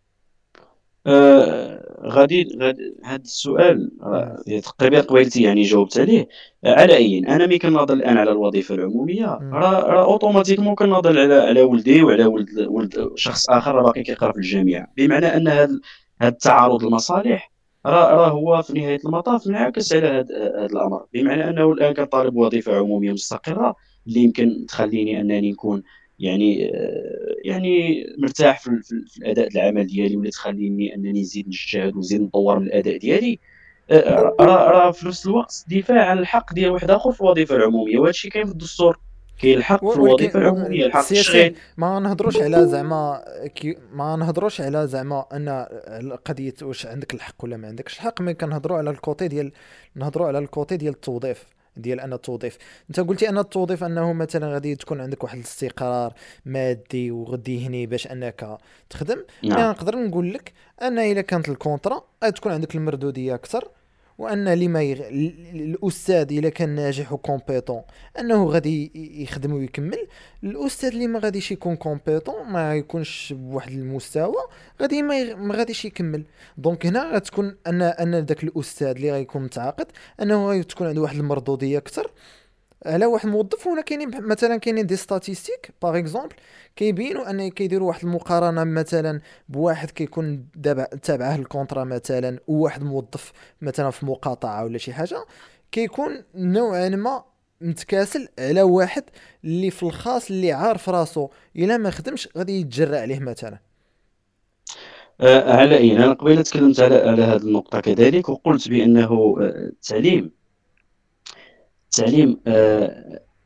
آه غادي غادي هذا السؤال مم. آه تقريبا قبيلتي يعني جاوبت عليه. آه على اي، انا ملي كنهضر الان على الوظيفه العموميه، مم. راه راه اوتوماتيكمون كنهضر على على ولدي وعلى ولد ولد شخص اخر راه باقي كيقرا في الجامعه. بمعنى ان هذا هذا التعارض المصالح راه راه هو في نهايه المطاف منعكس على هذا هذا الامر. بمعنى انه الان كطالب وظيفه عموميه مستقره اللي يمكن تخليني انني نكون يعني آه، يعني مرتاح في, في, في الاداء العمل ديالي، ولا تخليني انني نزيد نجتهد ونزيد نطور من الاداء ديالي. آه، راه راه في نفس الوقت دفاع عن الحق ديال واحد اخر في الوظيفه العموميه، وهذا الشيء كاين في الدستور. كاين الحق في و- ولكن الوظيفه و- العموميه، الحق في السياسيين التشغيل. ما نهضروش على زعما كي ما نهضروش على زعما ان قضيه واش عندك الحق ولا ما عندكش الحق، مي كنهضروا على الكوتي ديال، نهضروا على الكوتي ديال التوظيف، ديال ان التوظيف. انت قلتي ان التوظيف انه مثلا غادي تكون عندك واحد الاستقرار مادي وغادي هني باش انك تخدم. مي نعم. نقدر نقول لك ان الا كانت الكونترا غادي تكون عندك المردوديه اكثر، وان لما يغ... ال- الاستاذ الا كان ناجح وكومبيتون انه غادي ي- يخدم ويكمل. الاستاذ اللي ما غاديش يكون كومبيتون ما يكونش بواحد المستوى غادي ما, يغ... ما غاديش يكمل. دونك هنا غتكون ان ان ذاك الاستاذ اللي غيكون متعاقد انه غتكون عنده واحد المردوديه اكثر على واحد الموظف. هنا كاينين بح- مثلا كاينين دي ستاتيستيك باغ اكزومبل كيبينوا ان كيديروا واحد المقارنه مثلا بواحد كيكون دابا تابعه الكونترا مثلا، وواحد موظف مثلا في مقاطعه ولا شي حاجه، كيكون نوعا ما متكاسل على واحد اللي في الخاص اللي عارف راسو الا ما خدمش غادي يتجرى عليه مثلا. آه، على اي، انا قبيله تكلمت على على هذه النقطه كذلك، وقلت بانه آه، التعليم التعليم آه،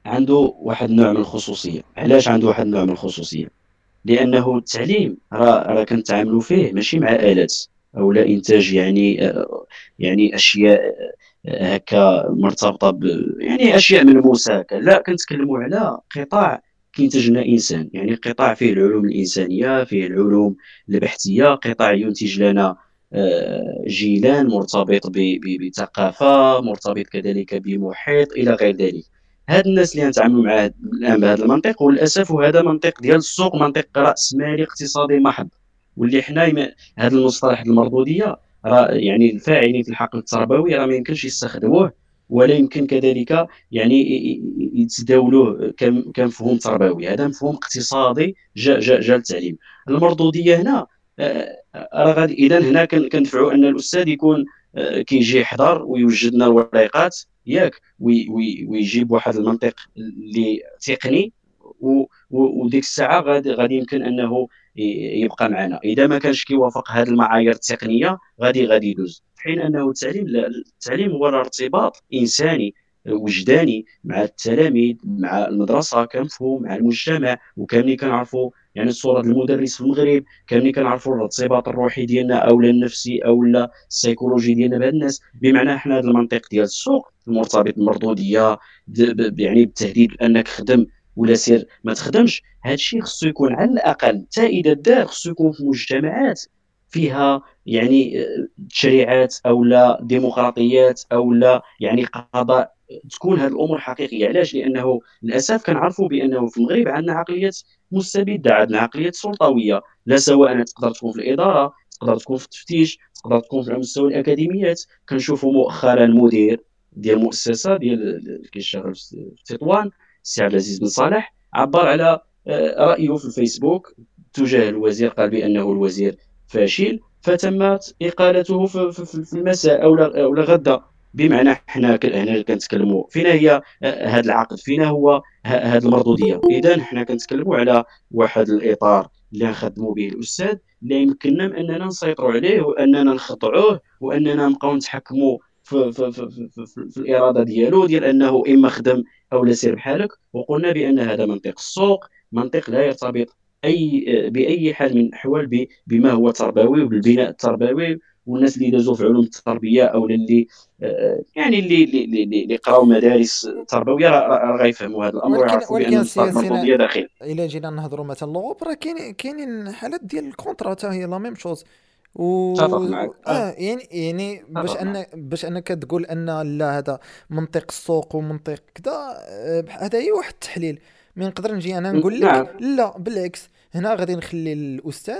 عنده واحد النوع من الخصوصية. علاش عنده واحد النوع من الخصوصية؟ لأنه التعليم راه راه كنتعاملوا فيه ماشي مع آلات أو لا إنتاج يعني آه، يعني أشياء آه، هكا مرتبطة ب يعني أشياء ملموسة هكا، لا كنتكلموا على قطاع كينتج لنا إنسان، يعني قطاع فيه العلوم الإنسانية، فيه العلوم البحثية، قطاع ينتج لنا آه، جيلان مرتبط ب- ب- بثقافة، مرتبط كذلك بمحيط إلى غير ذلك. هاد الناس اللي نتعاملوا معاه الان بهذا المنطق، وللاسف وهذا منطق ديال السوق، منطق راسمالي اقتصادي محض، واللي حنا يم- هذا المصطلح المردوديه راه يعني الفاعلين في الحقل التربوي راه ما يمكنش يستخدموه، ولا يمكن كذلك يعني ي- ي- يتداولوه كم- كمفهوم تربوي. هذا مفهوم اقتصادي جا جا جا التعليم. المردوديه هنا آه، راه غادي اذا هنا كن- كندفعوا ان الاستاذ يكون آه، كيجي يحضر ويوجد لنا الوريقات ياك، وي وي ويجيب واحد المنطق اللي تقني، و- و- وديك الساعه غادي غادي يمكن انه ي- يبقى معنا. اذا ما كانش كيوافق هذه المعايير التقنيه غادي غادي يدوز، في حين انه التعليم لا، التعليم هو ارتباط انساني وجداني مع التلاميذ، مع المدرسه كمفهوم، مع المجتمع. وكاملين كنعرفوا يعني صوره المدرس في المغرب، كاملين كنعرفوا الارتباط الروحي ديالنا او النفسي او السيكولوجي ديالنا بهذا الناس. بمعنى حنا هذا المنطق ديال السوق المرتبط بالمردوديه، يعني بالتهديد بانك خدم ولا سير ما تخدمش، هذا الشيء خصو يكون على الاقل حتى اذا دار خصو يكون في مجتمعات فيها يعني آه، تشريعات او لا ديمقراطيات او لا يعني قضاء، تكون هذه الامور حقيقيه. علاش؟ لانه للاسف كنعرفوا بانه في المغرب عندنا عقليات مستبده، عندنا عقليات سلطويه، لا سواء تقدر تكون في الاداره، تقدر تكون في التفتيش، تقدر تكون على مستوى الاكاديميات. كنشوفوا مؤخرا مدير ديال مؤسسه ديال اللي كيشتغل في تطوان، السي عبد العزيز بن صالح، عبر على آه، رايه في الفيسبوك تجاه الوزير، قال بانه الوزير فاشل، فتمت اقالته في, في, في المساء او لا او لا غدا. بمعنى حنا هنا كنتكلموا فينا هي هذا العقد، فينا هو هذه المردوديه. اذا حنا كنتكلموا على واحد الاطار اللي نخدموا به الاستاذ، اللي يمكننا من اننا نسيطروا عليه واننا نخضعوه واننا نبقاو نتحكموا في, في, في, في, في, في الاراده ديالو، ديال انه اما خدم او لا سير بحالك. وقلنا بان هذا منطق السوق، منطق لا يرتبط اي باي حال من الاحوال ب- بما هو تربوي وبالبناء التربوي. والناس اللي دازوا في علوم التربيه او اللي آه، يعني اللي اللي اللي اللي قراوا مدارس تربويه راه راه غيفهموا هذا الامر ولكن ويعرفوا بان ولكن مصدر سياسينا، المردوديه داخل. الا جينا نهضروا مثلا اللغوب، راه كاين كاينين حالات ديال الكونترا حتى هي لا ميم شوز. و اتفق معك، اه اه يعني يعني باش اتفق معك. ان باش انك تقول ان لا هذا منطق السوق ومنطق كذا، آه، بح- هذا هي واحد التحليل. من نقدر نجي انا م- نقول لك نعم. لا بالعكس، هنا غادي نخلي الاستاذ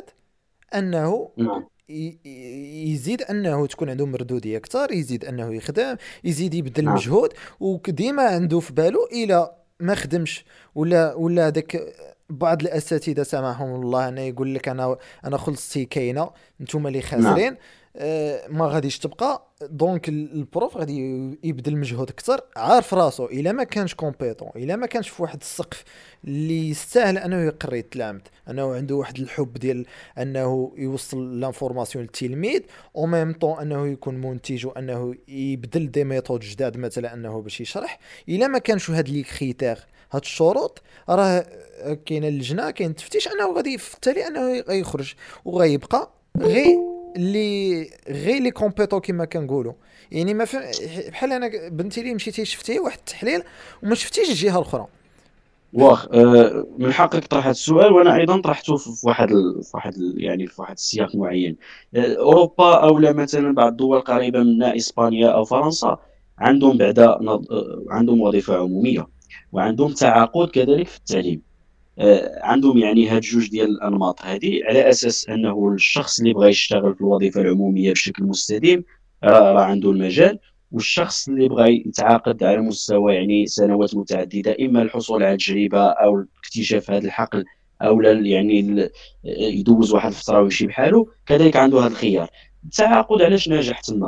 انه نعم. ي- ي- يزيد انه تكون عنده مردوديه اكثر، يزيد انه يخدم، يزيد يبذل نعم. مجهود، وديما عنده في باله الى ما خدمش ولا ولا داك. بعض الاساتذه سامحهم الله انا يقول لك انا انا خلصتي كاينه، نتوما اللي نعم. خاسرين، آه، ما غاديش تبقى. دونك ال- البروف غادي يبذل مجهود اكثر، عارف راسو الا ما كانش كومبيتون، الا ما كانش في واحد السقف اللي يستاهل انه يقري يتلامد، انه عنده واحد الحب ديال انه يوصل لانفورماسيون للتلميذ، او ميم طون انه يكون منتج وانه يبدل دي ميثود جداد مثلا انه باش يشرح. الا ما كانش هاد لي كريتير، هاد الشروط، راه كاينه اللجنه، كاين التفتيش انه غادي في التالي انه غيخرج وغيبقى غير اللي غير لي كومبيتون كما كنقولوا. يعني ما فهم، بحال انا بنتي لي مشيتي شفتي واحد التحليل وما شفتيش الجهه الاخرى. واخ آه، من حقك تطرح هذا السؤال، وانا ايضا طرحته في في واحد ال... في واحد ال... يعني في واحد السياق معين. آه، اوروبا او لا مثلا بعض الدول قريبه منا اسبانيا او فرنسا عندهم بعد نض... آه، عندهم وظيفه عموميه وعندهم تعاقد كذلك في التعليم. آه، عندهم يعني هاد جوج ديال الانماط هذه على اساس انه الشخص اللي بغى يشتغل في الوظيفه العموميه بشكل مستديم راه راه عنده المجال، والشخص اللي بغى يتعاقد على مستوى يعني سنوات متعدده، اما الحصول على تجربه او اكتشاف هذا الحقل او لا يعني ال- يدوز واحد الفتره ويمشي بحاله، كذلك عنده هذا الخيار. التعاقد علاش ناجح تما؟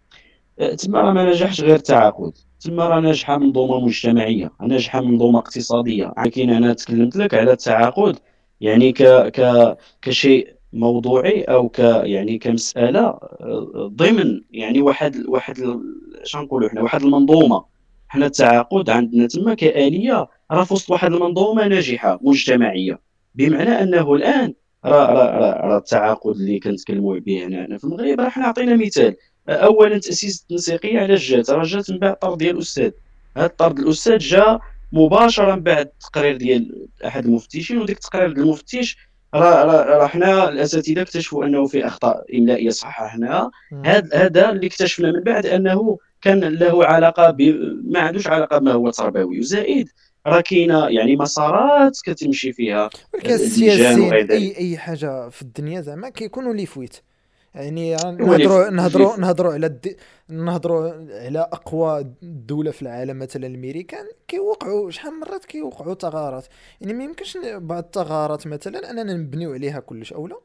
تما راه ما نجحش غير التعاقد، تما راه ناجحه منظومه مجتمعيه، ناجحه منظومه اقتصاديه. لكن انا تكلمت لك على التعاقد يعني ك ك كشيء موضوعي او ك يعني كمساله آه، ضمن يعني واحد واحد ال- شنو نقولوا احنا واحد المنظومه. حنا التعاقد عندنا تما كآلية راه في وسط واحد المنظومة ناجحة مجتمعية، بمعنى أنه الآن راه راه راه راه التعاقد اللي كنتكلموا به هنا هنا في المغرب، راه حنا عطينا مثال. أولا تأسيس التنسيقية علاش جات؟ راه جات من بعد طرد ديال الأستاذ. هذا الطرد الأستاذ جا مباشرة من بعد التقرير ديال أحد المفتشين، وديك التقرير ديال المفتش راه راه راه حنا الأساتذة اكتشفوا أنه في أخطاء إملائية صححناها. مم. هذا هذا اللي اكتشفنا من بعد أنه كان له علاقة ب ما عندوش علاقة بما هو تربوي، وزائد راه كاينة يعني مسارات كتمشي فيها ولكن اللجان السياسيين وغير ذلك. اي اي حاجه في الدنيا زعما كيكونوا لي فويت. يعني هو اللي نهضروا اللي نهضروا نهضروا على الد... نهضروا على اقوى دوله في العالم مثلا الامريكان، كيوقعوا شحال من مرات كيوقعوا ثغرات. يعني ما يمكنش ن- بعض الثغرات مثلا اننا نبنيو عليها كلش اولا.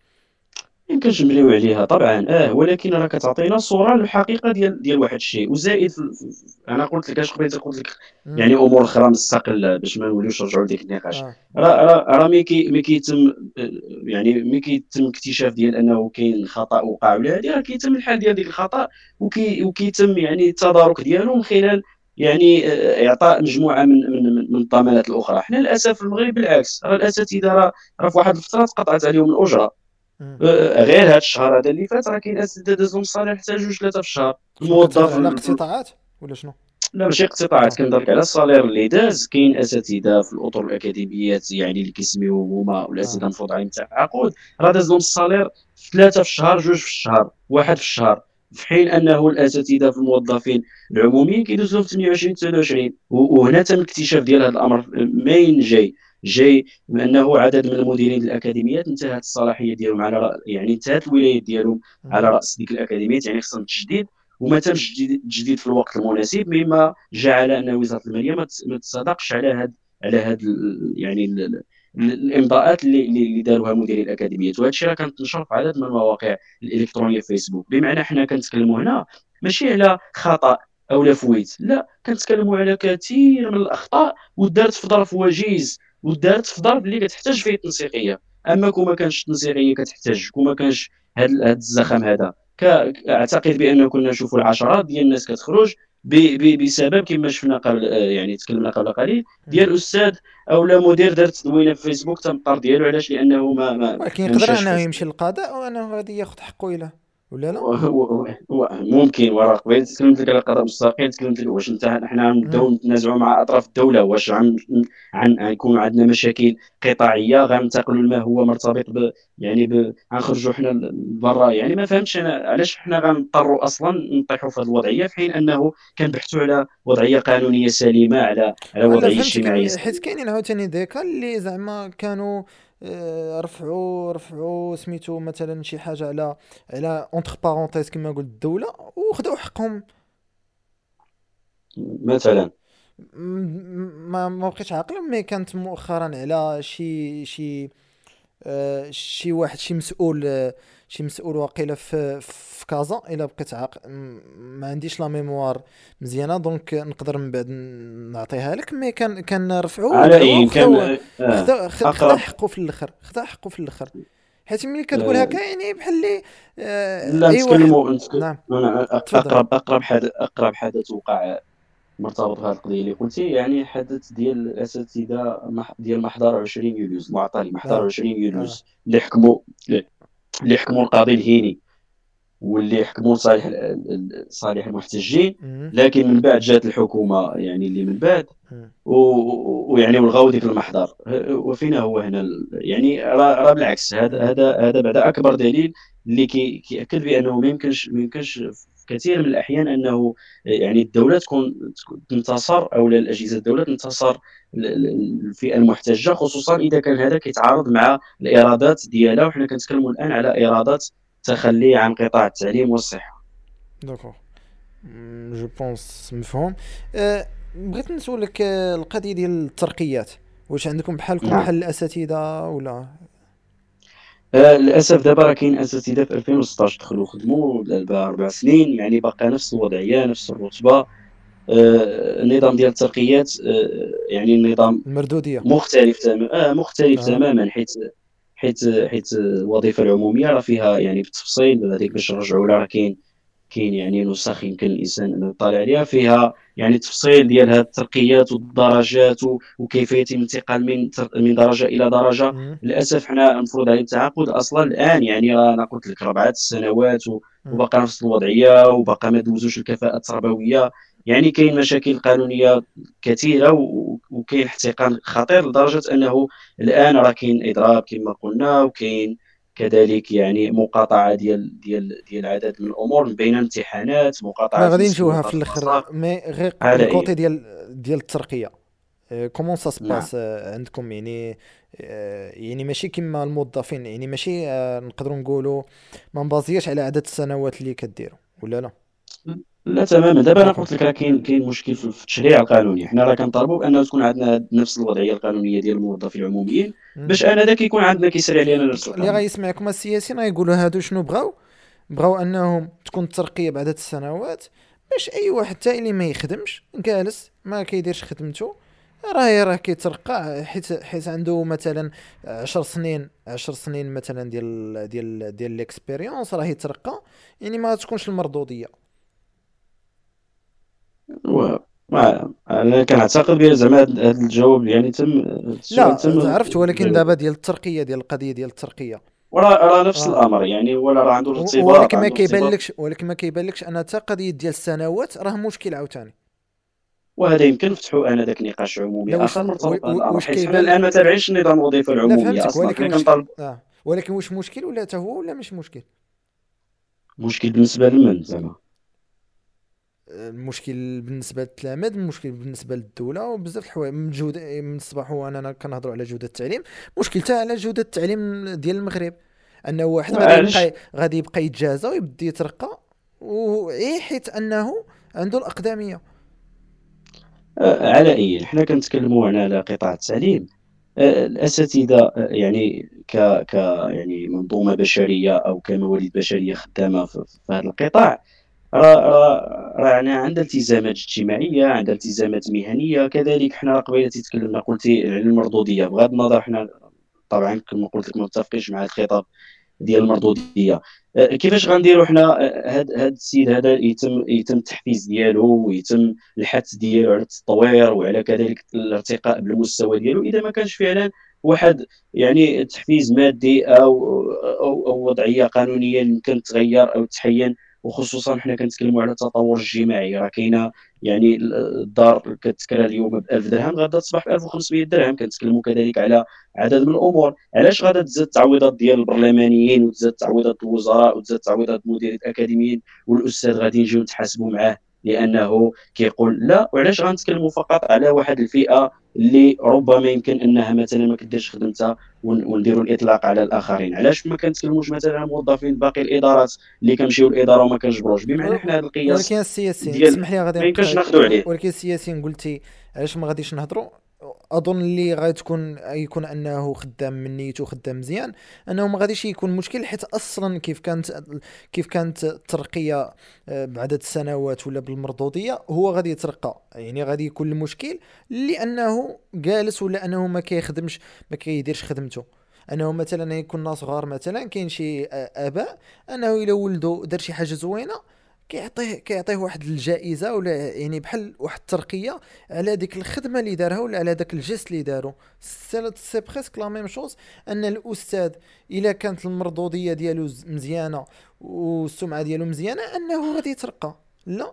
يمكنش نبنيو عليها طبعا، اه ولكن راه كتعطينا صوره للحقيقه ديال ديال واحد الشيء. وزائد في- في- في- انا قلت لك اش قبيله، قلت لك امم. يعني امور اخرى مستقله باش ما نوليوش نرجعوا لديك النقاش. اه. راه راه راه ملي كي ملي كيتم آه، يعني ملي كيتم اكتشاف ديال انه كاين خطا وقع ولا هذه، راه كيتم الحل ديال ديك الخطا، وكي وكيتم يعني التدارك ديالو من خلال يعني آه، اعطاء مجموعه من من من من الضمانات الاخرى. حنا للاسف في المغرب بالعكس، راه الاساتذه راه راه في واحد الفتره تقطعت عليهم الاجره. امم. آه، غير هذا الشهر هذا اللي فات راه كاين اساتذه دازهم الصالير حتى جوج ثلاثه في الشهر. شنو كتهضر الموظف على ال- اقتطاعات ولا شنو؟ لا ماشي اقتطاعات، اه. كنهضر لك على الصالير اللي داز. كاين اساتذه في الاطر الاكاديميات يعني اللي كيسميو هما اه. والاساتذه المفروض عليهم التعاقد، راه دازهم الصالير ثلاثه في الشهر، جوج في الشهر، واحد في الشهر، في حين انه الاساتذه في الموظفين العموميين كيدوزوا في ثمانية وعشرين تسعة وعشرين. و- وهنا تم الاكتشاف ديال هذا الامر منين جاي؟ جاي من انه عدد من المديرين الاكاديميات انتهت الصلاحيه ديالهم على رأ... يعني انتهت الولايات ديالهم على امم. راس ديك الاكاديميات، يعني خصهم تجديد، وما تمش التجديد في الوقت المناسب، مما جعل ان وزاره الماليه ما تصادقش على هذا على هذا يعني ال ال الامضاءات اللي اللي داروها مديري الاكاديميات. وهذا الشيء راه كنتنشر في عدد من المواقع الالكترونيه في فيسبوك. بمعنى حنا كنتكلموا هنا ماشي على خطا او لا فويت، لا، كنتكلموا على كثير من الاخطاء ودارت في ظرف وجيز، ودارت في ظرف اللي كتحتاج فيه التنسيقيه. اما كون ما كانش التنسيقيه كتحتاج، كون ما كانش هذا هذا الزخم هذا، اعتقد بان كنا نشوفوا العشرات ديال الناس كتخرج بسبب كما شفنا قبل، يعني تكلمنا قبل قليل امم. ديال استاذ او لا مدير دارت تدوينه في فيسبوك تم الطرد ديالو. علاش؟ لانه ما ما ولكن ما يقدر مشاش انه في يمشي للقضاء وانه غادي ياخذ حقه الا ولا لا. ممكن. وراه قبيل تكلمت لك على القضاء المستقيم، تكلمت لك واش انت حنا امم. نبداو نتنازعوا مع اطراف الدوله، واش عن عن يكون عندنا مشاكل قطاعيه غننتقلوا لما هو مرتبط ب يعني ب غنخرجوا حنا لبرا. يعني ما فهمتش انا علاش حنا غنضطروا اصلا نطيحوا في هذه الوضعيه، في حين انه كنبحثوا على وضعيه قانونيه سليمه، على على انا وضعيه فهمتك، اجتماعيه م- حيت سليمه. كاينين عاوتاني ديكا اللي زعما كانوا آه، رفعوا رفعوا سميتو مثلا شي حاجه على على اونتر بارونتيز كما قلت الدوله وخداو حقهم. مثلا م- م- ما ما بقيتش عاقل، مي كانت مؤخرا على شي شي آه، شي واحد شي مسؤول آه، شي مسؤول واقيلا في في كازا الا بقيت عاق م- ما عنديش لا ميموار مزيانه، دونك نقدر من بعد ن- نعطيها لك. مي كان كان رفعوا على ودعوه اي كان وخداو آه خدا خ- خدا اقرب. حقه في الاخر، خدا حقه في الاخر. حيت ملي كتقول آه هكا يعني بحال اللي آه، لا اي واحد. نتكلموا نتك- نعم. أنا تفضل. اقرب اقرب حدث اقرب حدث وقع مرتبط بهذه القضيه اللي قلتي، يعني حدث ديال الاساتذه مح- ديال محضر عشرين يوليوز، معطل محضر اه. عشرين اه. يوليوز اللي حكموا اللي حكموا القاضي الهيني، واللي حكموا صالح ال- ال- صالح المحتجين. مم. لكن من بعد جات الحكومه يعني اللي من بعد، مم. و- ويعني والغاو ديك المحضر. وفينا هو هنا ال- يعني راه راه بالعكس، هذا مم. هذا هذا بعد اكبر دليل اللي كي كيأكد بانه ما يمكنش ما يمكنش في كثير من الاحيان انه يعني الدوله تكون تكون تنتصر، او لا الاجهزه الدوله تنتصر ال- ال- الفئه المحتجه، خصوصا اذا كان هذا كيتعارض مع الايرادات ديالها. وحنا كنتكلموا الان على ايرادات تخلي عن قطاع التعليم والصحه. داكوغ. جو بونس مفهوم. أه بغيت نسولك آه، القضيه ديال الترقيات، واش عندكم بحالكم نعم. بحال الاساتذه ولا؟ آه، للاسف دابا راه كاين اساتذه في ألفين وستطاش دخلوا خدموا دابا اربع سنين، يعني باقا نفس الوضعيه نفس الرتبه. آه، النظام ديال الترقيات آه، يعني النظام المردوديه. مختلف تماما. آه مختلف اه. تماما، حيت حيت حيت الوظيفه العموميه راه فيها يعني بالتفصيل هذيك باش نرجعوا لها، راه كاين كاين يعني نسخ يمكن الإنسان أنه يطلع عليها، فيها يعني تفصيل ديال هاد الترقيات والدرجات و وكيف يتم الانتقال من تر من درجة إلى درجة. مم. للأسف حنا مفروض عليه التعاقد أصلًا الآن، يعني راه أنا قلت لك أربعة السنوات و مم. وباقي نفس الوضعية، وباقي ما دوزوش الكفاءة التربوية. يعني كاين مشاكل قانونية كثيرة و وكاين احتقان خطير لدرجة أنه الآن راه كاين إضراب كما قلنا، وكاين كذلك يعني مقاطعة ديال ديال ديال عدد من الأمور، من بينها الامتحانات، حنا مقاطعة غادي نسبة نجيوها في نقاط الاخر، المسار مي غير عالية. الكوتي ديال ديال الترقيه. كومون سا نعم. سباس عندكم يعني؟ آه، يعني ماشي كيما الموظفين، يعني ماشي آه، نقدروا نقولوا ما مبازياش على عدد السنوات اللي كديروا، ولا لا؟ لا تماما. دابا انا داكور. قلت لك راه كاين كاين مشكل في في التشريع القانوني. حنا راه كنطالبوا بانه تكون عندنا هاد نفس الوضعيه القانونيه ديال الموظفين العموميين، مم. باش انا ذاك يكون عندنا كيسري علينا نفس اللي القانون. غيسمعكم السياسيين غيقولوا هادو شنو بغاو؟ بغاو انهم تكون الترقيه بعدد السنوات، باش اي واحد تا اللي ما يخدمش جالس ما كيديرش خدمته راه راه كيترقى، حيت حيت عنده مثلا عشر سنين، عشر سنين مثلا ديال ديال ديال ليكسبيريونس راه يترقى، يعني ما تكونش المردوديه. و ما- انا كنعتقد بان زعما هاد هاد الجواب يعني تم، هاد السؤال لا تم عرفت، ولكن الإجابة دابا به. ديال الترقيه، ديال القضيه ديال الترقيه. وراه راه نفس اه. الامر يعني، ولا راه عنده و- ارتباط، ولكن ما عنده ارتباط. كيبانلكش، ولكن ما كيبانلكش ان حتى قضيه ديال السنوات راه مشكل عاوتاني. وهذا يمكن نفتحوا انا ذاك نقاش عمومي لا واش اخر و- مرتبط بهذا و- الامر، واش حيت حنا كيبان الان لك؟ ما تابعينش النظام الوظيفي لا العمومي فهمتك، اصلا. ولكن حنا واش ك... كنطالب. اه ولكن واش مشكل ولا حتى هو ولا مش مشكل؟ مشكل بالنسبه لمن زعما؟ المشكل بالنسبه للتلاميذ، المشكل بالنسبه للدوله، وبزاف الحوايج من جوده، من الصباح وانا كنهضروا على جوده التعليم، مشكل حتى على جوده التعليم ديال المغرب، انه واحد غادي وعلاش؟ يبقى غادي يبقى يتجازى ويبدي يترقى، وإيه حيت انه عنده الاقدميه. آه، على أي حنا كنتكلموا هنا على قطاع التعليم. آه، الأساتذة آه، يعني ك ك يعني منظومة بشرية أو كموارد بشرية خدامة في في هذا القطاع، راه راه راه يعني عندها التزامات اجتماعية، عندها التزامات مهنية. كذلك حنا قبيلة تكلمنا قلتي على المردودية، بغض النظر حنا طبعا كما قلت لك ما متفقينش مع الخطاب ديال المردوديه. آه، كيفاش غنديروا حنا آه، هاد هاد السيد هذا يتم يتم التحفيز ديالو، ويتم الحث ديالو على التطوير وعلى كذلك الارتقاء بالمستوى ديالو، اذا ما كانش فعلا واحد يعني تحفيز مادي او او, أو وضعيه قانونيه يمكن تغير او تحين. وخصوصا حنا كنتكلموا على التطور الجماعي، راه كاينه يعني الدار كتكرا اليوم ب ألف درهم غدا تصبح ب ألف وخمسمائة درهم. كنتكلموا كذلك على عدد من الامور. علاش غادا تزاد التعويضات ديال البرلمانيين، وتزاد تعويضات الوزراء، وتزاد تعويضات مدير الاكاديميين، والاستاذ غادي نجيو نتحاسبوا معاه لانه كيقول لا؟ وعلاش غنتكلموا فقط على واحد الفئه اللي ربما يمكن انها مثلا ما كديرش خدمتها ون- ونديروا الاطلاق على الاخرين؟ علاش ما كنتكلموش مثلا على موظفين باقي الادارات اللي كنمشيو للاداره وما كنجبروش؟ بمعنى حنا هذا ولكن القياس السياسيين، ديال تسمح لي غادي ما يمكنش نقطع، ناخذوا عليه. ولكن السياسيين قلتي علاش ما غاديش نهضروا؟ اظن اللي غادي تكون يكون انه خدام من نيته، خدام مزيان، انه ما غاديش يكون مشكل، حيت اصلا كيف كانت كيف كانت الترقيه آه، بعدد السنوات ولا بالمردوديه، هو غادي يترقى، يعني غادي يكون المشكل لانه جالس ولا انه ما كيخدمش، ما كيديرش خدمته. انه مثلا يكون ناس صغار، مثلا كاين شي آه، اباء انه الا ولده دار شي حاجه زوينه كيعطيه كيعطيه واحد الجائزه، ولا يعني بحال واحد الترقيه على ديك الخدمه اللي دارها ولا على داك الجست اللي دارو. سي سي بريسك لا ميم شوز، ان الاستاذ الا كانت المردوديه ديالو ز- مزيانه والسمعه ديالو مزيانه انه غادي يترقى. لا،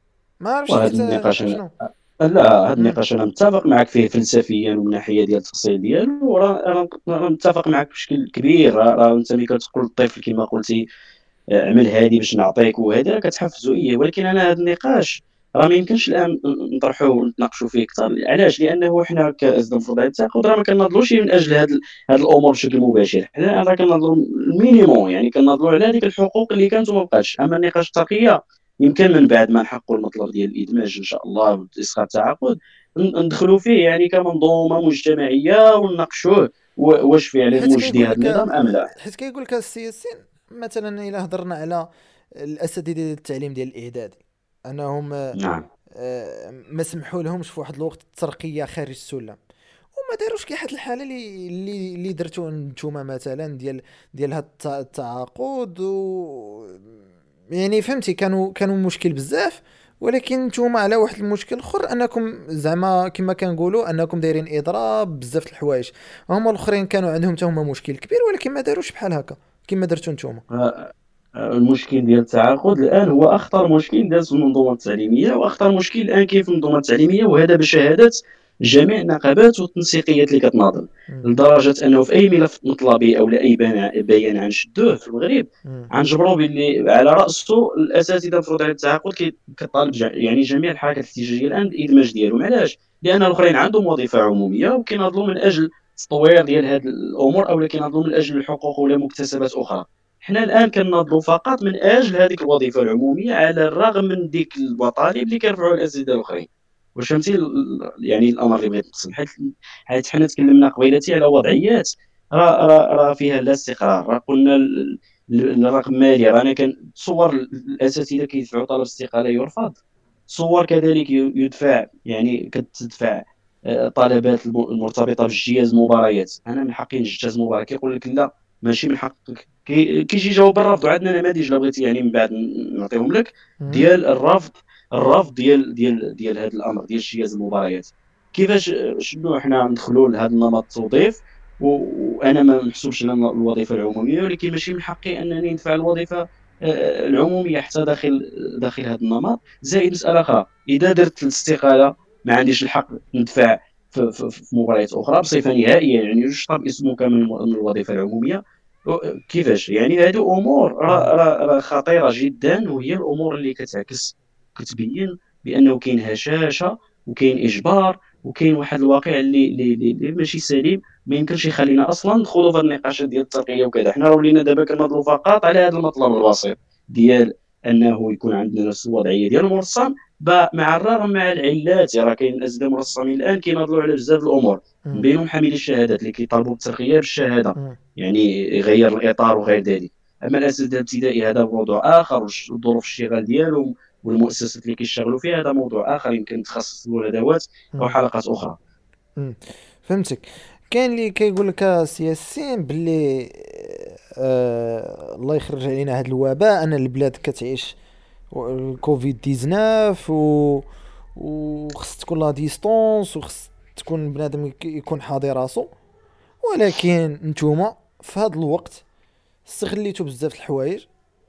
ما عرفتش وهذا انت النقاش أنا، شنو. لا، هذا مم. النقاش انا متفق معك فيه فلسفيا ومن ناحيه ديال التفصيل ديالو، وراه راه راه متفق معك بشكل كبير. راه راه انت ملي كتقول للطفل كما قلتي آه، اعمل هذه باش نعطيك وهذا، راه كتحفزو اياه. ولكن انا هذا النقاش راه ما يمكنش الان نطرحوه ونتناقشوا فيه اكثر. علاش؟ لانه حنا كاصدار المفروض على التعاقد راه ما كناضلوش من اجل هذه هذه الامور بشكل مباشر. حنا راه كناضلوا المينيموم، يعني كناضلوا على هذيك الحقوق اللي كانت وما بقاتش. اما النقاش الترقيه يمكن من بعد ما نحققوا المطلب ديال الادماج ان شاء الله واسقاط التعاقد ن- ندخلوا فيه يعني كمنظومه مجتمعيه ونناقشوه و- واش فعلا حيت مجدي كيقول هذا لك النظام ام لا. حيت كيقول لك السياسيين، مثلا الا هضرنا على الاساتذه ديال التعليم ديال الاعدادي، انهم نعم. آه، ما سمحوا لهمش في واحد الوقت الترقيه خارج السلم، وما داروش كي حد الحاله اللي اللي اللي درتو نتوما مثلا ديال ديال هاد الت- التعاقد، و يعني فهمتي كانوا كانوا مشكل بزاف، ولكن نتوما على واحد المشكل اخر انكم زعما كما كنقولوا انكم دايرين اضراب بزاف د الحوايج. هما الاخرين كانوا عندهم حتى هما مشكل كبير ولكن ما داروش بحال هكا كما درتو نتوما. آه، المشكل ديال التعاقد الآن هو أخطر مشكل داز في المنظومة التعليمية، وأخطر مشكل الآن كاين في المنظومة التعليمية، وهذا بشهادة جميع النقابات والتنسيقيات اللي كتناضل، مم. لدرجة أنه في أي ملف مطلبي أو لا أي بنا- بيان عنشدوه في المغرب مم. عنجبروا باللي على رأسه الأساتذة المفروض على التعاقد، كي- كطالب جا- يعني جميع الحركات الاحتجاجية الآن الإدماج ديالهم. علاش؟ لأن الآخرين عندهم وظيفة عمومية وكيناضلوا من أجل التطوير ديال هذه الأمور، أو كيناضلوا من أجل الحقوق ولا مكتسبات أخرى. حنا الان كنناضلوا فقط من اجل هذيك الوظيفه العموميه، على الرغم من ديك المطالب اللي كيرفعوا الاساتذه الاخرين. واش فهمتي ال- يعني الامر اللي بغيت نقسم، حيت حيت حنا تكلمنا قبيلتي على وضعيات راه راه راه فيها لا استقرار. راه قلنا ال- ال- الرقم المالي، رانا كنتصور الاساتذه كيدفعوا طلب استقاله يرفض، تصور كذلك ي- يدفع، يعني كتدفع آه، طلبات الم- المرتبطه باجتياز المباريات. انا من حقي نجتاز مباراه، كيقول لك لا ماشي من حقك. كي كيجي يجاوب بالرفض، وعندنا نماذج لا بغيتي يعني من بعد نعطيهم لك مم. ديال الرفض. الرفض ديال ديال ديال هذا الامر ديال اجتياز المباريات. كيفاش شنو حنا ندخلوا لهذا النمط التوظيف؟ و- وانا ما نحسبش لنا الوظيفه العموميه، ولكن ماشي من حقي انني ندفع الوظيفه آه، العموميه حتى داخل داخل هذا النمط. زائد مساله اخرى، اذا درت الاستقاله ما عنديش الحق ندفع في, في, في مباريات اخرى بصفه نهائيه، يعني يشطب اسمك من من الوظيفه العموميه. كيفاش يعني؟ هذه امور مم. راه راه راه خطيره جدا، وهي الامور اللي كتعكس كتبين بانه كاين هشاشه وكاين اجبار وكاين واحد الواقع اللي اللي, اللي, اللي ماشي سليم. ما يمكنش يخلينا اصلا ندخلوا في النقاشات ديال الترقيه وكذا. حنا راه ولينا دابا كنهضروا فقط على هذا المطلب البسيط ديال انه يكون عندنا نفس الوضعيه ديال المرسم، مع الرغم مع العلات. راه كاين الاساتذه المرسمين الان كيناضلوا على بزاف الامور، من مم. بينهم حاملي الشهادات اللي كيطالبوا بالترقيه بالشهاده، مم. يعني يغير الاطار وغير ذلك. اما الاساتذه الابتدائي هذا موضوع اخر، وظروف الاشتغال ديالهم والمؤسسات اللي كيشتغلوا فيها هذا موضوع اخر، يمكن تخصص له ندوات او مم. حلقات اخرى. مم. فهمتك. كاين اللي كيقول لك السياسيين باللي آه الله يخرج علينا هذا الوباء، ان البلاد كتعيش الكوفيد تسعطاش و وخص تكون لا ديستونس وخص تكون بنادم يك- يكون حاضر راسو. ولكن نتوما في هذا الوقت استغليتوا بزاف د الحوايج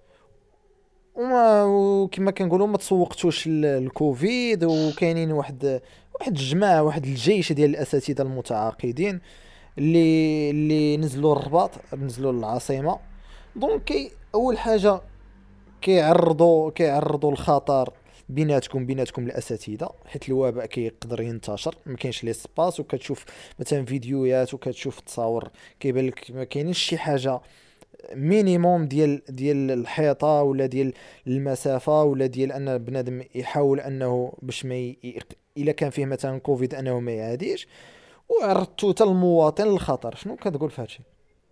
وما وكما كنقولوا ما تسوقتوش ل- الكوفيد. وكاينين واحد واحد الجماعه واحد الجيش ديال الاساتذه المتعاقدين اللي اللي نزلوا الرباط نزلوا للعاصمه. دونك كي اول حاجه كيعرضوا كيعرضوا الخطر بيناتكم بيناتكم الاساتذه، حيت الوباء كيقدر ينتشر ما كاينش لي سباس. وكتشوف مثلا فيديوهات وكتشوف تصاور كيبان لك ما كاينش شي حاجه مينيموم ديال ديال الحيطه ولا ديال المسافه ولا ديال ان بنادم يحاول انه باش ما ي... الا كان فيه مثلا كوفيد انه ما يعاديش. وعرضتو حتى المواطن للخطر. شنو كتقول في هادشي؟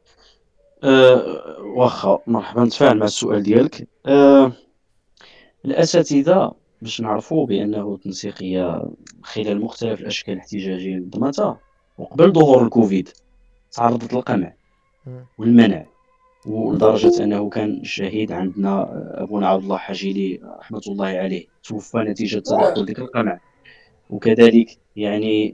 أه واخا، مرحبا، نتفاعل مع السؤال ديالك. أه الاساتذه باش نعرفوا بانه التنسيقيه خلال مختلف الاشكال الاحتجاجيه اللي نظمتها وقبل ظهور الكوفيد تعرضت للقمع مم. والمنع، ولدرجة أنه كان شهيد عندنا أبونا عبد الله حجيلي رحمة الله عليه توفى نتيجة تدخل ذكر القمع. وكذلك يعني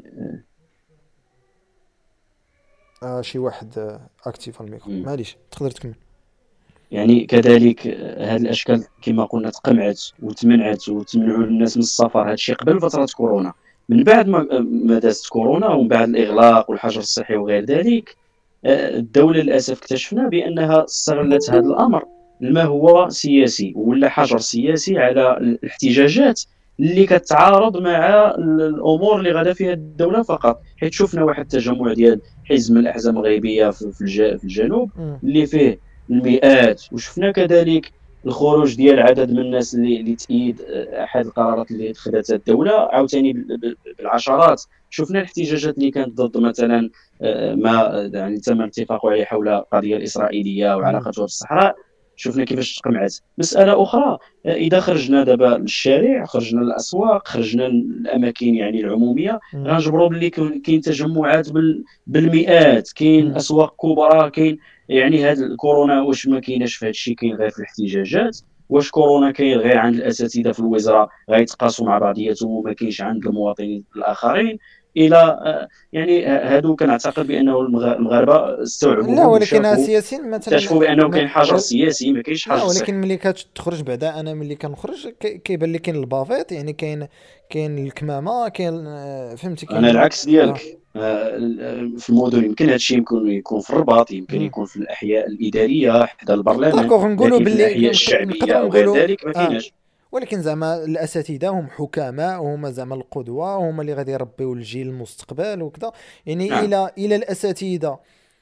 آه شي واحد آه اكتيف الميكرو مم، معليش تقدر تكمل. يعني كذلك هذه الأشكال كما قلنا تقمعت وتمنعت وتمنعوا الناس من السفر. هذا الشيء قبل فترة كورونا. من بعد ما ما دازت كورونا ومن بعد الإغلاق والحجر الصحي وغير ذلك، آه، الدولة للأسف اكتشفنا بأنها استغلت هذا الأمر لما هو سياسي، ولا حجر سياسي على الاحتجاجات اللي كتعارض مع الأمور اللي غادا فيها الدولة فقط. حيت شفنا واحد التجمع ديال حزب من الأحزاب الغيبية في في الج- في الجنوب مم. اللي فيه المئات، وشفنا كذلك الخروج ديال عدد من الناس اللي اللي تأيد آه، أحد القرارات اللي اتخذتها الدولة، عاوتاني بال- بال- بالعشرات. شفنا الاحتجاجات اللي كانت ضد مثلا ما يعني تم الاتفاق عليه حول القضيه الاسرائيليه مم. وعلاقتها بالصحراء. شفنا كيفاش تقمعت. مساله اخرى، اذا خرجنا دابا للشارع، خرجنا للاسواق، خرجنا للاماكن يعني العموميه، مم. غنجبروا باللي كاين تجمعات بال- بالمئات، كاين مم. اسواق كبرى، كاين يعني هاد الكورونا واش ما كايناش في هذا الشيء، كاين غير في الاحتجاجات. واش كورونا كاين غير عند الاساتذه في الوزاره غيتقاسوا مع بعضياتهم وما كاينش عند المواطنين الاخرين؟ الى آه، يعني ه- هادو كنعتقد بانه المغ- المغاربه لا، استوعبوهم ولكن وشافوا، السياسيين مثلا اكتشفوا ما بانه ما كاين حجر ول- سياسي ما كاينش لا، حجر ولكن صحي. ملي كتخرج بعدا، انا ملي كنخرج كي- كيبان لي كاين البافيط، يعني كاين كاين الكمامه، كاين آه، فهمتي، انا كاين العكس اه. ديالك. آه، ال- في المدن يمكن هذا الشيء يمكن يكون في الرباط، يمكن مم. يكون في الاحياء الاداريه حدا البرلمان، داكوغ، نقولوا لكن في باللي الاحياء نق- الشعبيه نقدروا او غير نقولوا ذلك ما اه. كايناش. ولكن زعما الاساتذه هم حكماء، وهما زعما القدوه، وهما اللي غادي يربيو الجيل المستقبل وكذا. يعني نعم. الى الى الاساتذه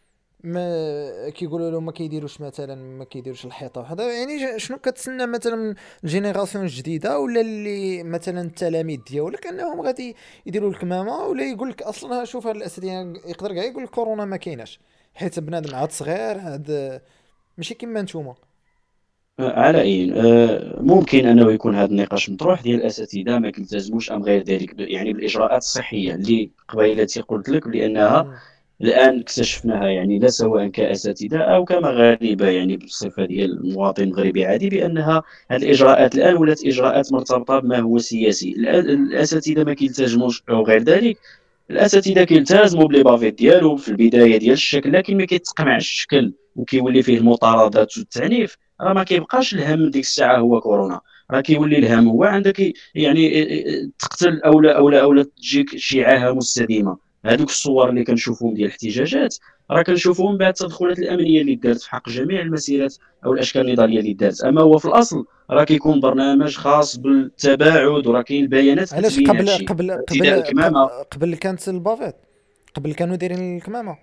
ما كيقولوا لهم ما كيديروش مثلا، ما كيديروش الحيطه وحده، يعني ج- شنو كتسنى مثلا من الجينيراسيون الجديده، ولا اللي مثلا التلاميذ ديالك انهم غادي يديروا الكمامه، ولا يقول لك اصلا شوف هاد الاساتذه يقدر كاع يقول لك كورونا ما كايناش، حيت بنادم عاد صغير عاد ماشي كيما نتوما. آه، على أي آه، ممكن أنه يكون هذا النقاش مطروح ديال الأساتذة ما كيلتزموش أم غير ذلك ب- يعني بالإجراءات الصحية اللي قبيلتي قلت لك بأنها مم. الآن اكتشفناها، يعني لا سواء كأساتذة أو كمغاربة، يعني بالصفة ديال المواطن المغربي عادي، بأنها هذه الإجراءات الآن ولات إجراءات مرتبطة بما هو سياسي. الآ- الأساتذة ما كيلتزموش أو غير ذلك. الاساتذه كيلتزموا بلي بافيت ديالو في البدايه ديال الشكل، لكن ملي كيتقمع الشكل وكيولي فيه المطاردات والتعنيف، راه ما كيبقاش الهم ديك الساعه هو كورونا. راه كيولي الهم هو عندك يعني تقتل او لا او لا او لا تجيك شي عاهه مستديمه. هذوك الصور اللي كنشوفوهم ديال الاحتجاجات راه كنشوفوهم بعد التدخلات الامنيه اللي دارت في حق جميع المسيرات او الاشكال النضاليه اللي دارت. اما هو في الاصل راه كيكون برنامج خاص بالتباعد، وراه كاين البيانات علاش كتبين هذا قبل الشيء. قبل ارتداء قبل قبل, الكمامه قبل كانت البافيت، قبل كانوا دايرين الكمامه؟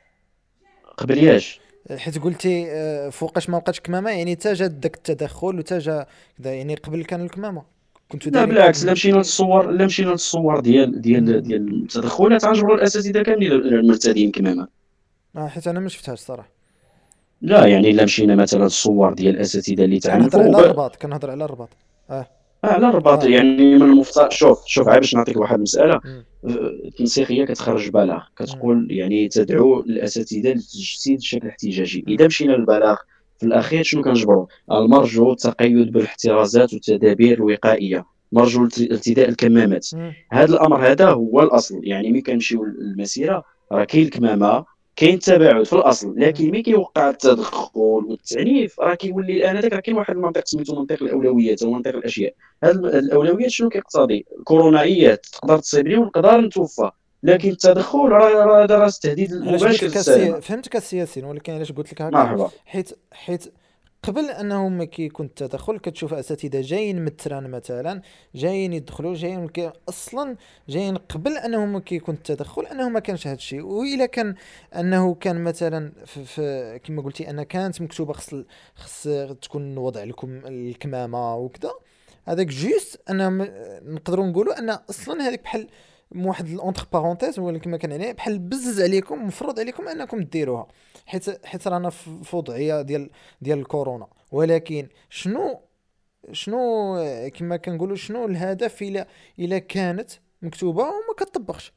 قبل ياش. حيت قلتي آه، فوقاش ما بقاتش كمامه، يعني تا جا داك التدخل وتا جا كذا، يعني قبل كان الكمامه كنتو لا دايرين. بالعكس، لا مشينا للصور، لا مشينا للصور ديال ديال مم. ديال التدخلات غنجبروا الاساتذه كاملين المرتدين كمامه. اه، حيت انا ما شفتهاش صراحه. لا يعني الا مشينا مثلا الصور ديال الاساتذه اللي كنهضر تعنفوا على ب... الرباط، كنهضر على الرباط. اه. آه على الرباط، اه. يعني من المفترض، شوف شوف عا باش نعطيك واحد المساله. مم. آه، التنسيقيه كتخرج بلاغ مم. كتقول يعني تدعو الاساتذه لتجسيد الشكل الاحتجاجي. مم. اذا مشينا للبلاغ في الاخير شنو كنجبروا؟ المرجو التقيد بالاحترازات والتدابير الوقائيه، مرجو الت- ارتداء الكمامات. مم. هذا الامر هذا هو الاصل. يعني ملي كنمشيو للمسيره راه كاين الكمامه، كاين التباعد في الاصل، مم. لكن ملي كيوقع التدخل والتعنيف راه كيولي الان هذاك راه كاين واحد المنطق سميتو منطق الاولويات او منطق الاشياء. هذه الاولويات شنو كيقتضي؟ الكورونائيات تقدر تصيبني ونقدر نتوفى، مم. لكن التدخل راه راه هذا راه تهديد علاش قلت مباشر لك للسلامه. السي... فهمتك السياسيين، ولكن علاش قلت لك هكا؟ مرحبا. حيت حيت قبل انه ما كيكون التدخل كتشوف اساتذه جايين متران مثلا، جايين يدخلوا، جايين كي اصلا جايين قبل انه ما كيكون التدخل، انه ما كانش هذا الشيء. والا كان انه كان مثلا في, في كما قلتي انا كانت مكتوبه خص ال- خص تكون وضع لكم الكمامه وكذا، هذاك جيست انا م- نقدروا نقولوا ان اصلا هذيك بحال واحد الاونتر بارونتيز، ولا كما كان يعني بحال بزز عليكم، مفروض عليكم انكم ديروها، حيت حيت رانا في في وضعيه ديال ديال الكورونا. ولكن شنو شنو آه، كما كنقولوا شنو الهدف الى الى كانت مكتوبه وما كتطبقش؟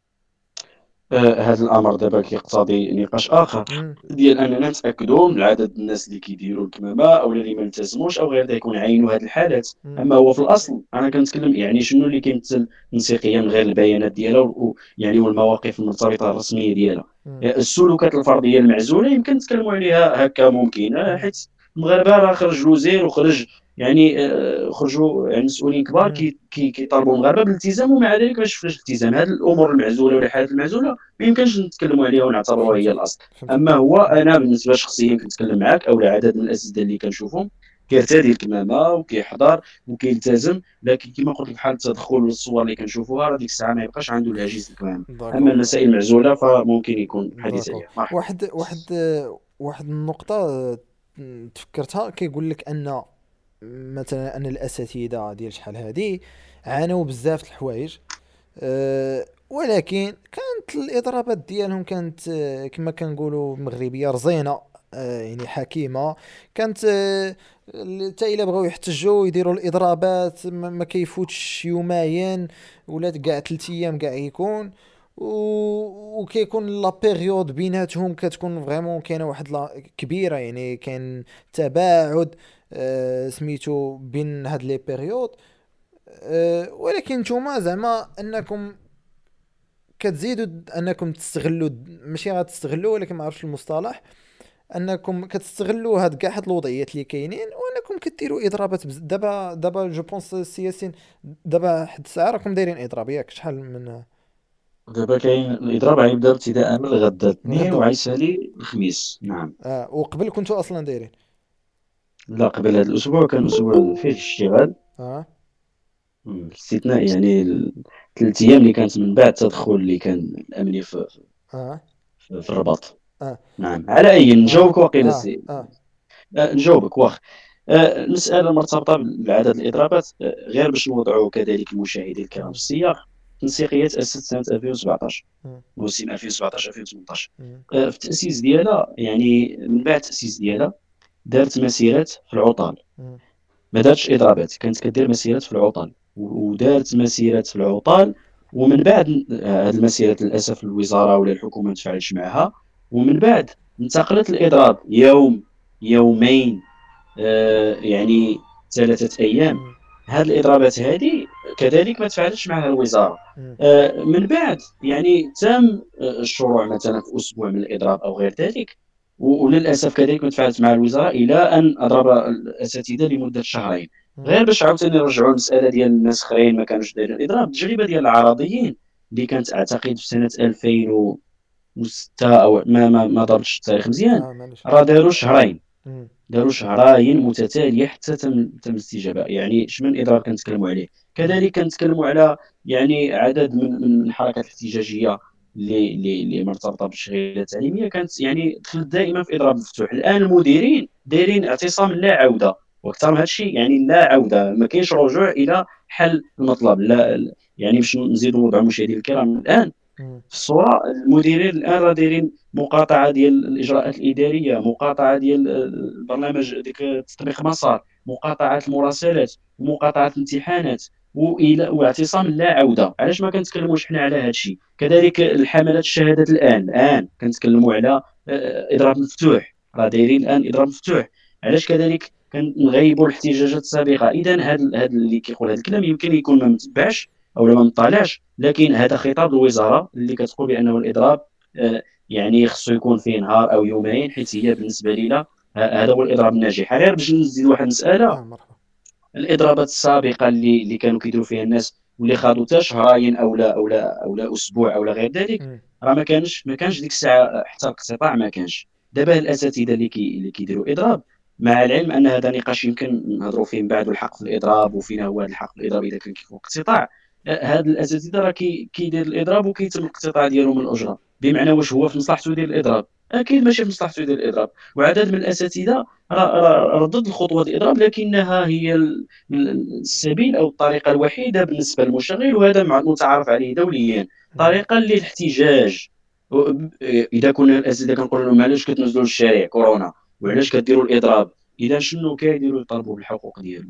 آه، هذا الامر دابا كيقتضي نقاش اخر امم. ديال اننا نتاكدوا من عدد الناس اللي كيديروا الكمامه او اللي ما التزموش او غير ذلك ونعينوا هذه الحالات. امم. اما هو في الاصل انا كنتكلم يعني شنو اللي كيمثل تنسيقيا غير البيانات ديالها و- يعني والمواقف المرتبطه الرسميه ديالها. امم. يعني السلوكات الفرديه المعزوله يمكن نتكلموا عليها هكا ممكن، آه، امم. حيت المغاربه راه خرج وزير وخرج يعني آه، خرجوا يعني مسؤولين كبار امم. كي كي كيطالبوا المغاربه بالالتزام، ومع ذلك ما شفناش الالتزام. هذه الامور المعزوله ولا الحالات المعزوله ما يمكنش نتكلموا عليها ونعتبروها هي فهمتك الاصل. فهمتك. اما هو امم. انا بالنسبه شخصيا كنتكلم معك او عدد من الاساتذه اللي كنشوفهم كيرتدي الكمامه وكيحضر وكيلتزم، لكن كما قلت لك بحال التدخل والصور اللي كنشوفوها راه ديك الساعه ما يبقاش عنده الهاجس الكمامه. اما داكوغ. المسائل المعزوله فممكن يكون حديث داكوغ. عليها. مرحبا. واحد واحد آه، واحد النقطه آه، تفكرتها، كيقول لك ان مثلا ان الاساتذه ديال شحال هادي عانوا بزاف د الحوايج، أه ولكن كانت الاضرابات ديالهم كانت أه كما كنقولوا مغربيه رزينه، أه يعني حكيمه. كانت أه حتى الا بغاو يحتجوا يديروا الاضرابات ما ما كيفوتش يومين ولا كاع ثلاث ايام كاع يكون. و... وكيكون لا بيريود بيناتهم كتكون فريمون كاينه واحد لا كبيره، يعني كاين تباعد آه سميتو بين هاد لي بيريود. آه ولكن نتوما زعما انكم كتزيدوا د- انكم تستغلوا د- ماشي غتستغلوا، ولكن ما عرفتش المصطلح، انكم كتستغلوا هاد كاع هاد الوضعيات اللي كاينين، وانكم كديروا اضرابات بز... دابا دابا جو بونس السياسيين دابا حد الساعه راكم دايرين اضراب ياك شحال من دابا كاين الإضراب غيبدا ابتداء من غدا من الاثنين غدا. وعيسالي الخميس. نعم. آه وقبل كنتوا اصلا دايرين. لا، قبل هذا الأسبوع كان أسبوع فيه الاشتغال. اه مم، باستثناء يعني ال- ثلاث أيام اللي كانت من بعد التدخل اللي كان الأمني في, اه في, في الرباط. اه نعم. على أي اه نجاوبك واقيلا اه سي اه آه، نجاوبك واخ. آه، المسألة مرتبطة بعدد الإضرابات. آه، غير باش نوضعوا كذلك المشاهدين الكرام في مم، السياق. التنسيقية تأسست سنة ألفين وسبعطاش، مم، موسم ألفين وسبعطاش ألفين وثمنطاش. مم، آه، في التأسيس ديالها، يعني من بعد التأسيس ديالها دارت مسيرات في العطل. مم، ما دارتش اضرابات، كانت كدير مسيرات في العطل، و- ودارت مسيرات في العطل. ومن بعد هذه المسيرات للاسف الوزاره ولا الحكومه ما تفاعلش معها. ومن بعد انتقلت الاضراب يوم، يومين، آه يعني ثلاثه ايام. مم، هذه الاضرابات هذه كذلك ما تفاعلش معها الوزاره. مم، آه من بعد يعني تم آه، الشروع مثلا في اسبوع من الاضراب او غير ذلك. و- وللاسف كذلك ما تفاعلت مع الوزاره الى ان اضرب الاساتذه لمده شهرين. مم، غير باش عاوتاني نرجعوا المساله ديال الناس اخرين ما كانوش دايرين الاضراب. التجربه ديال العرضيين اللي كانت اعتقد في سنه ألفين وستة، او ما ما, ما ضربتش التاريخ مزيان، اه معليش. راه داروا شهرين. مم، داروا شهرين متتاليه حتى تم تم الاستجابه. يعني شمن الاضراب كنتكلموا عليه. مم، كذلك كنتكلموا على يعني عدد من من الحركات الاحتجاجيه اللي اللي اللي مرتبطه بالشغيله التعليميه، كانت يعني دخلت دائما في اضراب مفتوح. الان المديرين دايرين اعتصام لا عوده، واكثر من هذا الشيء يعني لا عوده، ما كاينش رجوع الى حل المطلب. لا، يعني باش نزيدوا نوضعوا المشاهدين الكرام الان مم، في الصوره. المديرين الان راه دايرين مقاطعه ديال الاجراءات الاداريه، مقاطعه ديال البرنامج ديك تطبيق مسار، مقاطعه المراسلات، ومقاطعه الامتحانات، والى واعتصام لا عوده. علاش ما كنتكلموش حنا على هذا الشيء؟ مم، كذلك الحملات الشهادات الان الان كنتكلموا على آه، اضراب مفتوح. راه دايرين الان اضراب مفتوح. علاش كذلك كنغيبوا الاحتجاجات السابقه؟ اذا هذا هذا اللي كيقول هذا الكلام يمكن يكون ما متبعش او ما مطالعش، لكن هذا خطاب الوزاره اللي كتقول بانه الاضراب آه، يعني خصو يكون فيه نهار او يومين، حيث هي بالنسبه لنا هذا هو الاضراب الناجح. غير باش نزيد واحد المساله، اه مرحبا. الاضرابات السابقه اللي اللي كانوا كيديروا فيها الناس واللي خاضوا حتى شهرين او لا او لا او لا اسبوع او لا غير ذلك، مم، راه ما كانش ما كانش ديك الساعه حتى الاقتطاع ما كانش. دابا الاساتذه اللي كي اللي كيديروا اضراب، مع العلم ان هذا نقاش يمكن نهضروا فيه من بعد، والحق في الاضراب وفين هو هذا الحق في الاضراب اذا كان كيكون اقتطاع. هاد الاساتذه راه كي كيدير الاضراب وكيتم الاقتطاع ديالو من الاجره. بمعنى واش هو في مصلحته يدير الاضراب؟ اكيد ماشي في مصلحته يدير الاضراب. وعدد من الاساتذه راه راه ضد الخطوه ديال الاضراب، لكنها هي السبيل او الطريقه الوحيده بالنسبه للمشغل، وهذا متعارف عليه دوليا، مم، طريقه للاحتجاج. اذا كنا الاساتذه كنقول لهم علاش كتنزلوا للشارع كورونا مم. وعلاش كديروا الاضراب، اذا شنو كيديروا؟ يطالبوا بالحقوق ديالهم.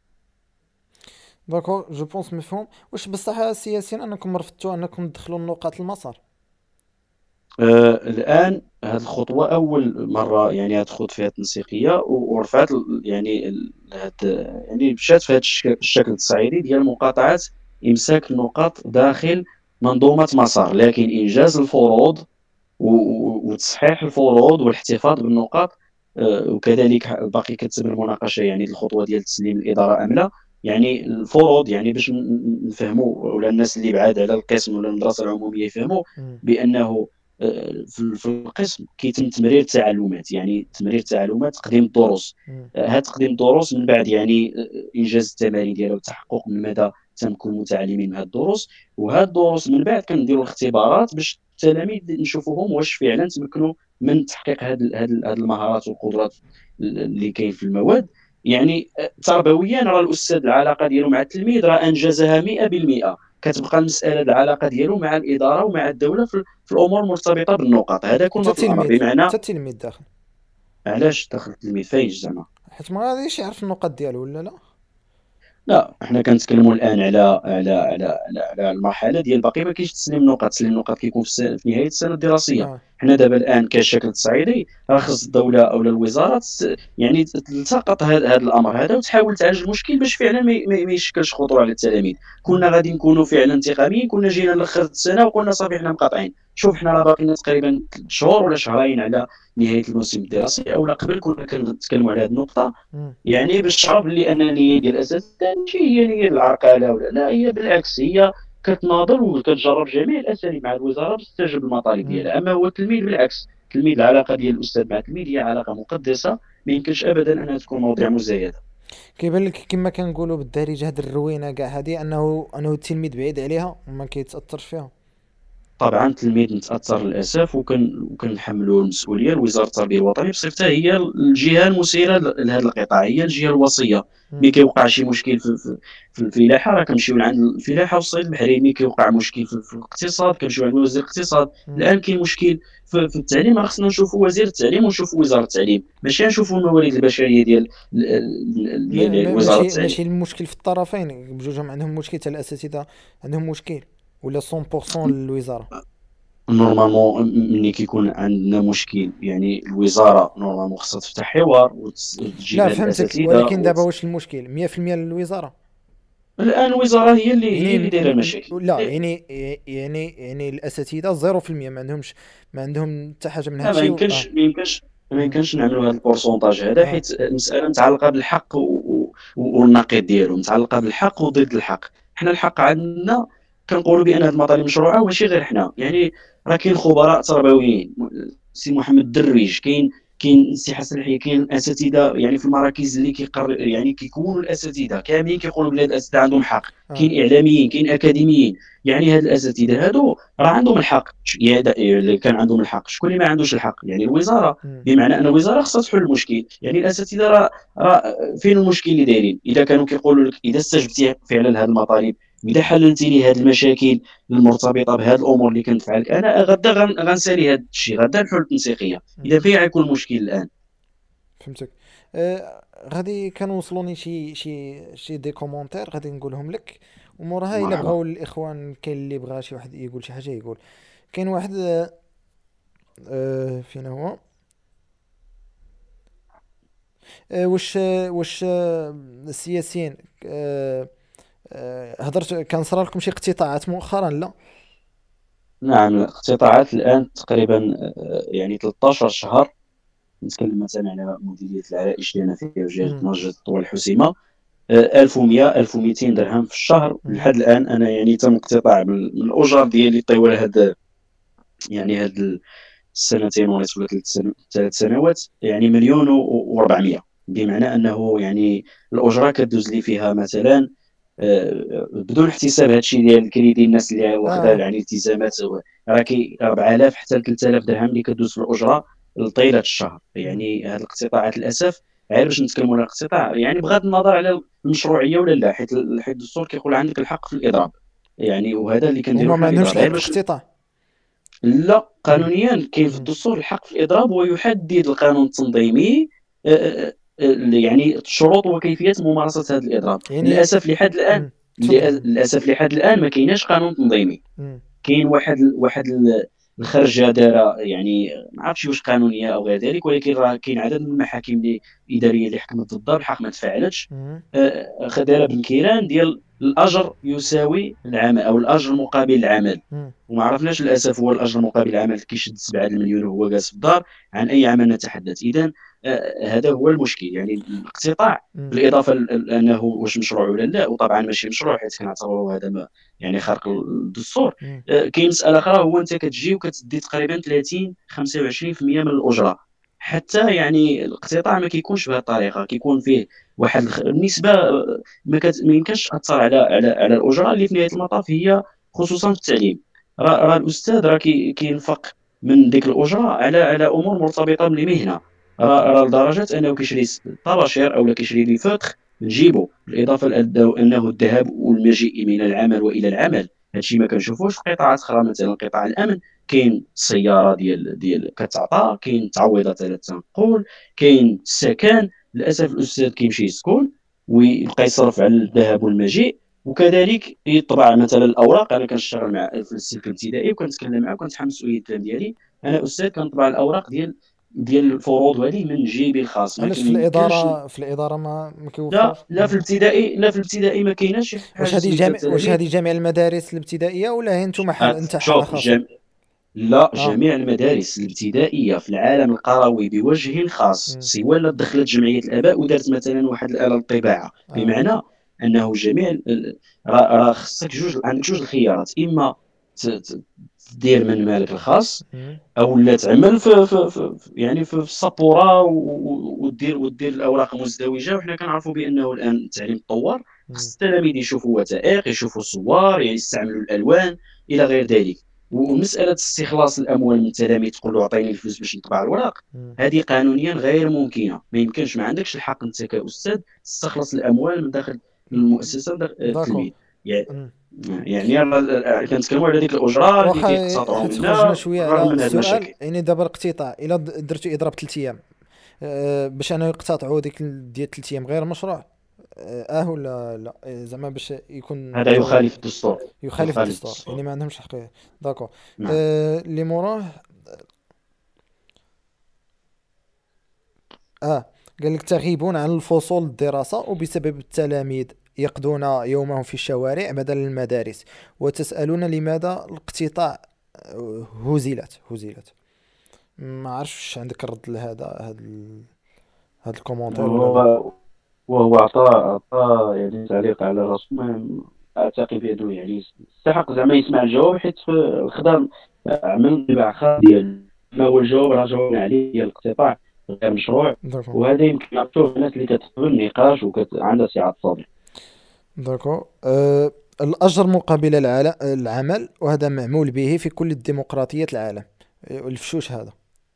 داكور جو بونس مفهوم. واش بصح السياسيين انكم رفضتوا انكم تدخلوا النقاط المسار؟ آه الان هذه الخطوه اول مره يعني تخوض فيها التنسيقيه، و- ورفعت ال- يعني ال- هاد يعني مشات في هذا الشكل التصعيدي ديال مقاطعه امساك النقاط داخل منظومه مسار، لكن انجاز الفروض و- و- وتصحيح الفروض والاحتفاظ بالنقاط. آه، وكذلك باقي كتم المناقشه يعني الخطوه ديال تسليم الاداره ام لا. يعني الفروض، يعني باش ن- ن- نفهموا، ولا الناس اللي بعاد على القسم ولا المدرسه العموميه يفهموا مم، بانه آه، في في القسم كيتم تمرير التعلمات، يعني تمرير التعلمات، تقديم الدروس. مم، آه، هذا تقديم الدروس من بعد يعني آه، انجاز التمارين ديالها والتحقق من مدى تمكن المتعلمين من هذه الدروس. وهاد الدروس من بعد كنديروا الاختبارات باش التلاميذ نشوفوهم واش فعلا تمكنوا من تحقيق هاد هاد هاد المهارات والقدرات اللي كاين في المواد. يعني آه، تربويا راه الاستاذ العلاقه ديالو مع التلميذ راه انجزها مئة بالمئة. كتبقى المساله العلاقه ديالو مع الاداره ومع الدوله في, في الامور المرتبطه بالنقاط. هذا كل حتى ما في الامر. التلميذ بمعنى حتى التلميذ داخل، علاش دخل التلميذ فايش زعما؟ حيت ما غاديش يعرف النقاط ديالو ولا لا. لا، حنا كنتكلموا الان على على على على, على المرحله ديال باقي ما كاينش تسليم النقط. تسليم النقط كيكون في, السنة في نهايه السنه الدراسيه. اه. حنا دابا الان كشكل تصعيدي راه خص الدوله او الوزاره تس- يعني تلتقط هذا هذا الامر هذا وتحاول تعالج المشكل باش فعلا ما ي- ما ي- ما يشكلش خطوره على التلاميذ. مم. كنا غادي نكونوا فعلا انتقاميين، كنا جينا لاخر السنه وقلنا صافي حنا مقاطعين. شوف حنا راه باقينا تقريبا ثلاث شهور ولا شهرين على نهايه الموسم الدراسي، او لا قبل كنا كنتكلموا على هذه النقطه. مم. يعني باش تعرف بلي ان النيه ديال الاساتذه ماشي هي نيه العرقله ولا لا، هي بالعكس هي كتناضل وكتجرب جميع الاساليب مع الوزاره باش تستجب المطالب مم. ديالها. اما هو التلميذ بالعكس، التلميذ العلاقه ديال الاستاذ مع التلميذ هي علاقه مقدسه، ما يمكنش ابدا انها تكون موضوع مزايده. كيبان لك كما كنقولوا بالدارجه هاد الروينه كاع هادي انه انه التلميذ بعيد عليها وما كيتاثرش فيها. طبعا التلميذ متاثر للاسف، وكن وكنحملوا المسؤوليه لوزاره التربيه الوطنيه بصفتها هي الجهه المسيره لهذا القطاع، هي الجهه الوصيه. ملي مم. كيوقع شي مشكل في, في, في الفلاحه راه كنمشيو لعند الفلاحه والصيد البحري. ملي كيوقع مشكل في, في الاقتصاد كنمشيو عند وزير الاقتصاد. مم. الان كاين مشكل في, في التعليم، راه خصنا نشوفوا وزير التعليم ونشوفوا وزاره التعليم، ماشي نشوفوا الموارد البشريه ديال ما ديال ما وزاره ماشي التعليم. ماشي المشكل في الطرفين بجوجهم عندهم مشكل، حتى الاساتذه عندهم مشكل، ولا مية بالمية للوزاره. نورمالمون ملي كيكون عندنا مشكل يعني الوزاره نورمالمون خصها تفتح حوار وتجيب لا هاد فهمتك، الاساتذه ولكن دابا وت... واش المشكل مية بالمية للوزاره؟ الان الوزاره هي اللي هي يعني اللي دايره م- المشاكل. م- لا يعني يعني يعني الاساتذه صفر بالمية ما عندهمش، ما عندهم حتى حاجه من لا، ما هادشي و... يمكنش اه. ما يمكنش ما مم. يمكنش نعملوا هذا البورسونتاج هذا، اه. حيت المساله متعلقه بالحق و... و... والنقيض ديالو، متعلقه بالحق وضد الحق. حنا الحق عندنا كنقولوا بان هذه المطالب مشروعه، وماشي غير حنا مم. يعني. راه كاين خبراء تربويين، سي محمد درويش، كاين كاين سي حسن الحي، كاين اساتذه يعني في المراكز اللي كيقر يعني كيكونوا الاساتذه كاملين كيقولوا بلي الاساتذه عندهم حق. اه. كاين اعلاميين، كاين اكاديميين. يعني هاد الاساتذه هادو راه عندهم الحق. ش- يا دا- اللي كان عندهم الحق، شكون اللي ما عندوش الحق؟ يعني الوزاره. مم. بمعنى ان الوزاره خصها تحل المشكل. يعني الاساتذه راه راه فين المشكل اللي دايرين؟ اذا كانوا كيقولوا لك اذا استجبتي فعلا لهذه المطالب، اذا حللتي لي هذه المشاكل المرتبطه بهذه الامور اللي كنت لك انا، غدا غن- غنسالي هذا الشيء، غدا نحل التنسيقيه. مم. اذا فين غيكون المشكل الان؟ فهمتك. آه غادي كانوا وصلوني شي شي شي دي كومونتير غادي نقولهم لك، وموراها الا مرحبا. بغاو الاخوان كاين اللي بغى شي واحد يقول شي حاجه يقول. كاين واحد آه آه، فين هو؟ آه واش آه واش آه السياسيين آه آه هضرت كان صرا لكم شي اقتطاعات مؤخرا لا؟ نعم، الاقتطاعات الان تقريبا آه، يعني ثلاثة عشر شهر. نتكلم مثلا على مديريه العرائش اللي انا فيها في جهه مم. نجد الطوال الحسيمه. آه، ألف ومئة ألف ومئتين درهم في الشهر مم. لحد الان. انا يعني تم اقتطاع من من الاجر ديالي طوال هاد يعني هاد السنتين ونصف ولا ثلاث سن- ثلاث سنوات، يعني مليون و400. بمعنى انه يعني الاجره كدوز لي فيها مثلا آه، بدون احتساب هادشي ديال الكريدي، الناس اللي واخده اه. يعني التزامات، راه كي أربعة آلاف حتى ثلاثة آلاف درهم اللي كدوز في الاجره لطيله الشهر. مم. يعني هاد الاقتطاعات للاسف، غير باش نتكلموا على الاقتطاع يعني بغض النظر على المشروعيه ولا لا، حيت حيت الدستور كيقول عندك الحق في الاضراب. يعني وهذا اللي كنديروا هما ما حنا عندهمش الاضراب غير الحق باش. الاقتطاع. لا، مم. قانونيا كاين في مم. الدستور الحق في الاضراب، ويحدد القانون التنظيمي آه، آه، آه، يعني الشروط وكيفيه ممارسه هذا الاضراب. يعني. للاسف لحد الان، مم. تفضل. للاسف لحد الان ما كايناش قانون تنظيمي. مم. كاين واحد واحد الخرجه دايره، يعني ما عرفتش واش قانونيه او غير ذلك، ولكن راه كاين عدد من المحاكم اللي الاداريه اللي حكمت ضدها بالحق ما تفاعلتش. مم. آه، دايره بالكيران ديال الاجر يساوي العمل، او الاجر مقابل العمل. مم. وما عرفناش للاسف هو الاجر مقابل العمل كيشد سبعة المليون وهو جالس في الدار. عن اي عمل نتحدث اذا؟ آه هذا هو المشكل، يعني الاقتطاع. مم. بالاضافه لانه واش مشروع ولا لا، وطبعا ماشي مشروع حيت كنعتبروا هذا ما يعني خرق الدستور. مم. آه كاين مساله اخرى، هو انت كتجي وكتدي تقريبا ثلاثين خمسة وعشرين في المئة من الاجره. حتى يعني الاقتطاع ما كيكونش بهذه الطريقه، كيكون فيه واحد الخ- النسبه آه، ما, كت... ما يمكنش تاثر على على على الاجره اللي في نهايه المطاف هي خصوصا في التعليم. راه راه الاستاذ راه كي- كينفق من ديك الاجره على على امور مرتبطه بالمهنه. راه راه لدرجه انه كيشري طباشير او كيشري لي فوتر نجيبو، بالاضافه لانه الذهاب والمجيء من العمل والى العمل. هادشي ما كنشوفوش في قطاعات اخرى، مثلا قطاع الامن. كاين السياره ديال ديال كتعطى، كاين تعويضات على التنقل، كاين السكن. للاسف الاستاذ كيمشي يسكن، ويبقى يصرف على الذهاب والمجيء. وكذلك يطبع مثلا الاوراق. انا كنشتغل مع في السلك الابتدائي وكنتكلم معاه وكنتحمل مسؤوليه الكلام ديالي. انا استاذ كنطبع الاوراق ديال ديال الفروض هذه من جيبي الخاص. ما علاش في كيمكنش. الاداره في الاداره ما ما كيوفروش؟ لا لا في الابتدائي لا في الابتدائي ما كايناش شي واش حاجه هذه سميتها جامع واش التلاميذ. هذه جميع المدارس الابتدائيه ولا هي انتم حال آه، انت حاله شوف خاصه؟ جم... لا، اه. جميع المدارس الابتدائية في العالم القروي بوجه خاص، مم. سوى لا دخلت جمعية الآباء ودارت مثلا واحد الآلة للطباعة. اه. بمعنى أنه جميع ال- راه راه خصك جوج، عندك جوج الخيارات: إما ت- ت- تدير من مالك الخاص، مم. او لا تعمل في, في, في في- يعني في, في السبوره و- و- ودير ودير الاوراق المزدوجه. وحنا كنعرفوا بانه الان التعليم تطور. مم. خص التلاميذ يشوفوا وثائق، يشوفوا صور، يعني يستعملوا الالوان الى غير ذلك. ومساله استخلاص الاموال من التلاميذ، تقول له اعطيني الفلوس باش نطبع الوراق، مم. هذه قانونيا غير ممكنه. ما يمكنش، ما عندكش الحق انت كاستاذ تستخلص الاموال من داخل المؤسسه داخل داكور. التلميذ. يعني مم. يعني راه كنتكلموا على ديك الاجره اللي واخا كيقتطعوا حتخرجنا منها شويه رغم على من هذه السؤال، المشاكل. يعني دابا الاقتطاع الا د- درتو اضراب ثلاث ايام، أه باش انا يقتطعوا ديك ال- ديال ثلاث ايام غير مشروع؟ اه آه ولا لا؟ آه، زعما باش يكون هذا الجو يخالف الدستور. يخالف يخالف الدستور، الدستور. يعني ما عندهمش الحق. داكور. نعم. أه اللي موراه، اه قال لك تغيبون عن الفصول الدراسة وبسبب التلاميذ يقضون يومهم في الشوارع بدل المدارس، وتسألون لماذا الاقتطاع آه، هزلت هزلت. ما عرفش عندك الرد لهذا، هذا ال... هذا الكومنتير ولا لا؟ وهو وهو أعطى أعطى يعني تعليق على راسه. ما أعتقد بأنه يعني يستحق زعما يسمع الجواب، حيت الخضر عمل طباع خاص ديالو. ما هو الجواب راه جاوبنا عليه ديال الاقتطاع غير مشروع. داكو. وهذا يمكن يعطوه الناس اللي كتقبل النقاش وعندها سعة صدر. داكو. أه الأجر مقابل العل... العمل، وهذا معمول به في كل الديمقراطيات العالم. أه، الفشوش هذا.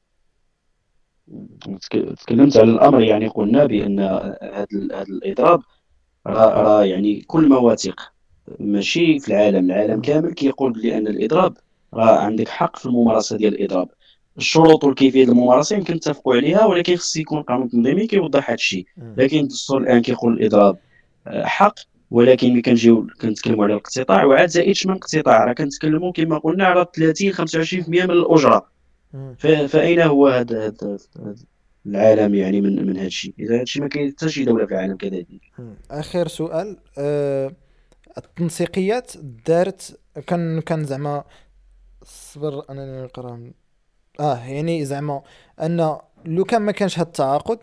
تك- تكلمت على الأمر، يعني قلنا بأن هذا ال- هذا الإضراب راه راه يعني كل مواثيق، ماشي في العالم، العالم مم. كامل كيقول بلي ان الاضراب راه عندك حق في الممارسه ديال الاضراب. الشروط والكيفيه ديال الممارسه يمكن نتفقوا عليها، ولكن خص يكون قانون تنظيمي كيوضح هذا الشيء. مم. لكن الدستور الان كيقول الاضراب آه، حق. ولكن ملي كنجيو كنتكلموا على الاقتطاع، وعاد زائدش من اقتطاع، راه كنتكلموا كما قلنا على ثلاثين خمسة وعشرين بالمئة من الاجره. مم. ف- فاين هو هذا هذا العالم يعني من من هذا الشيء؟ اذا هذا الشيء ما كاين حتى شي دوله في العالم كذلك. مم. آخر سؤال. أه التنسيقيات دارت، كان كان زعما، صبر انا نقرا. اه يعني زعما ان لو كان ما كانش هاد التعاقد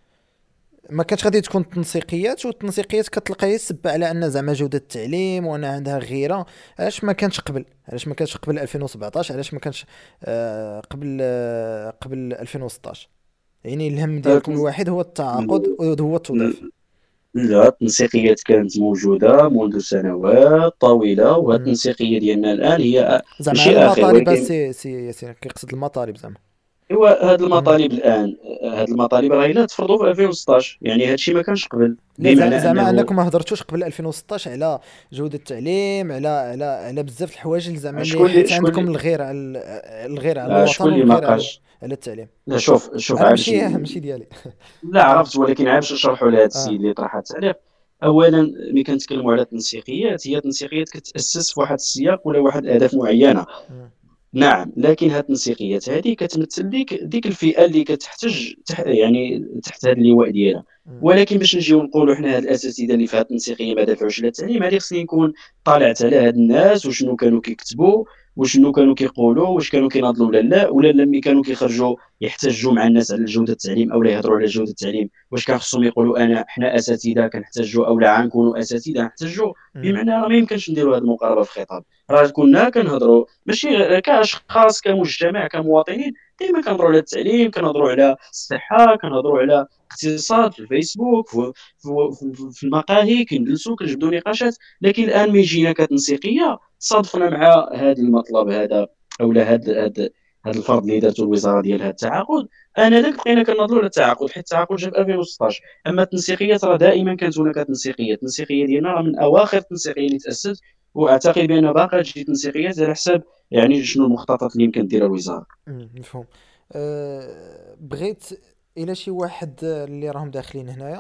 ما كانش غادي تكون التنسيقيات، والتنسيقيات كتلقى يسب على ان زعما جودة التعليم وانا عندها غيرة. علاش ما كانش قبل؟ علاش ما كانش قبل ألفين وسبعطاش؟ علاش ما كانش آه قبل آه قبل ألفين وستطاش؟ يعني الهم ديالكم الوحيد هو التعاقد وهو التوظيف. لا، التنسيقيات كانت موجودة منذ سنوات طويلة، وهذه مم. التنسيقية ديالنا الآن هي زعما على ماشي آخر، المطالب، ولكن سي سي ياسين كيقصد المطالب زعما. هو هذه مم. المطالب الآن. هذه المطالب راهي لا تفرضوا في ألفين وستطاش، يعني هذا الشيء ما كانش قبل، لا زع- بمعنى زعما أنه انكم ما هضرتوش قبل ألفين وستطاش على جودة التعليم، على على على بزاف د الحوايج اللي زعما اللي شكون اللي حيت شكون عندكم اللي الغير على ال- الغير على آه، الوطن شكون اللي والغير على ناقش. على التعليم. لا، شوف شوف انا عاد باش ماشي ن- ماشي ديالي. لا اه. عرفت، ولكن عاد باش نشرحوا لهذا اه. السيد اللي طرح هذا التعليق. اولا، ملي كنتكلموا على التنسيقيات، هي تنسيقيات كتاسس في واحد السياق ولا واحد الاهداف معينه. مم. نعم، لكن هاد التنسيقيات هذه كتمثل ديك ديك الفئه اللي كتحتاج تح يعني تحت هذا اللواء ديالها. مم. ولكن باش نجيو نقولوا حنا هاد الاساتذه اللي في هاد التنسيقيه ما دافعوش على التعليم، هذه خصني نكون طالعت على هاد الناس وشنو كانوا كيكتبوا وشنو كانوا كيقولوا، واش كانوا كيناضلوا ولا لا، ولا لما كانوا كيخرجوا يحتجوا مع الناس على جوده التعليم او لا يهضروا على جوده التعليم، واش كان خصهم يقولوا انا حنا اساتذه كنحتاجوا او لا غنكونوا اساتذه نحتاجوا. مم. بمعنى راه ما يمكنش نديروا هذه المقاربه في خطاب. راه كنا كنهضروا ماشي غير كاشخاص كمجتمع كمواطنين، ديما كنهضروا على التعليم، كنهضروا على الصحه، كنهضروا على اقتصاد في الفيسبوك، في, في, في, في المقاهي كنجلسوا كنجبدوا نقاشات. لكن الان ملي جينا كتنسيقيه صادفنا مع هذا المطلب هذا، او لا هذا هذا هذا الفرض اللي دارته الوزاره ديال هذا التعاقد. انذاك بقينا كنهضروا على التعاقد، حيت التعاقد جا في ألفين وستطاش. اما التنسيقيات راه دائما كانت هناك تنسيقيه. التنسيقيه ديالنا راه من اواخر التنسيقيه اللي تاسست، واعتقد بان باقا تجي تنسيقيات على حساب يعني شنو المخططات اللي يمكن ديرها الوزاره. مم. مفهوم. أه بغيت الى شي واحد اللي راهم داخلين هنايا،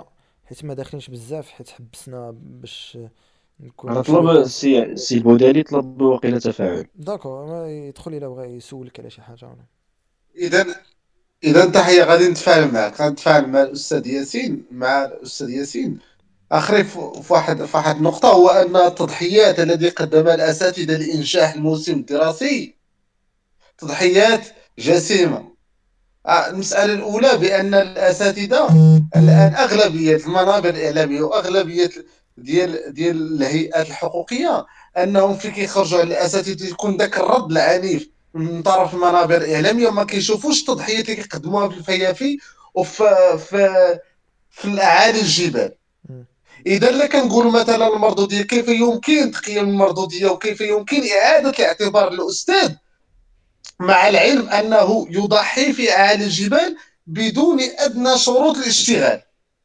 حيت ما داخلينش بزاف، حيت حبسنا باش انا نكونوا شويه طلب كونس. السي السي البودالي طلب وقيله تفاعل. داكو، ما يدخل الا بغى يسولك على شي حاجه ولا. اذا اذا تحيه، غادي نتفاعل معك، غادي نتفاعل مع الاستاذ ياسين مع الاستاذ ياسين. اخري في في واحد في واحد النقطه، هو ان التضحيات التي قدمها الاساتذه لانجاح الموسم الدراسي تضحيات جسيمه. آه، المسألة الأولى بأن الأساتذة الآن أغلبية المنابر الإعلامية وأغلبية ديال ديال الهيئات الحقوقية، أنهم في كيخرجوا على الأساتذة يكون ذاك الرد العنيف من طرف المنابر الإعلامية، وما كيشوفوش التضحيات اللي كيقدموها في الفيافي وفي في في الأعالي الجبال. مم. إذا لا كنقولوا مثلا المردودية، كيف يمكن تقييم المردودية وكيف يمكن إعادة الاعتبار للأستاذ، مع العلم أنه يضحي في أعالي الجبال بدون أدنى شروط الاشتغال.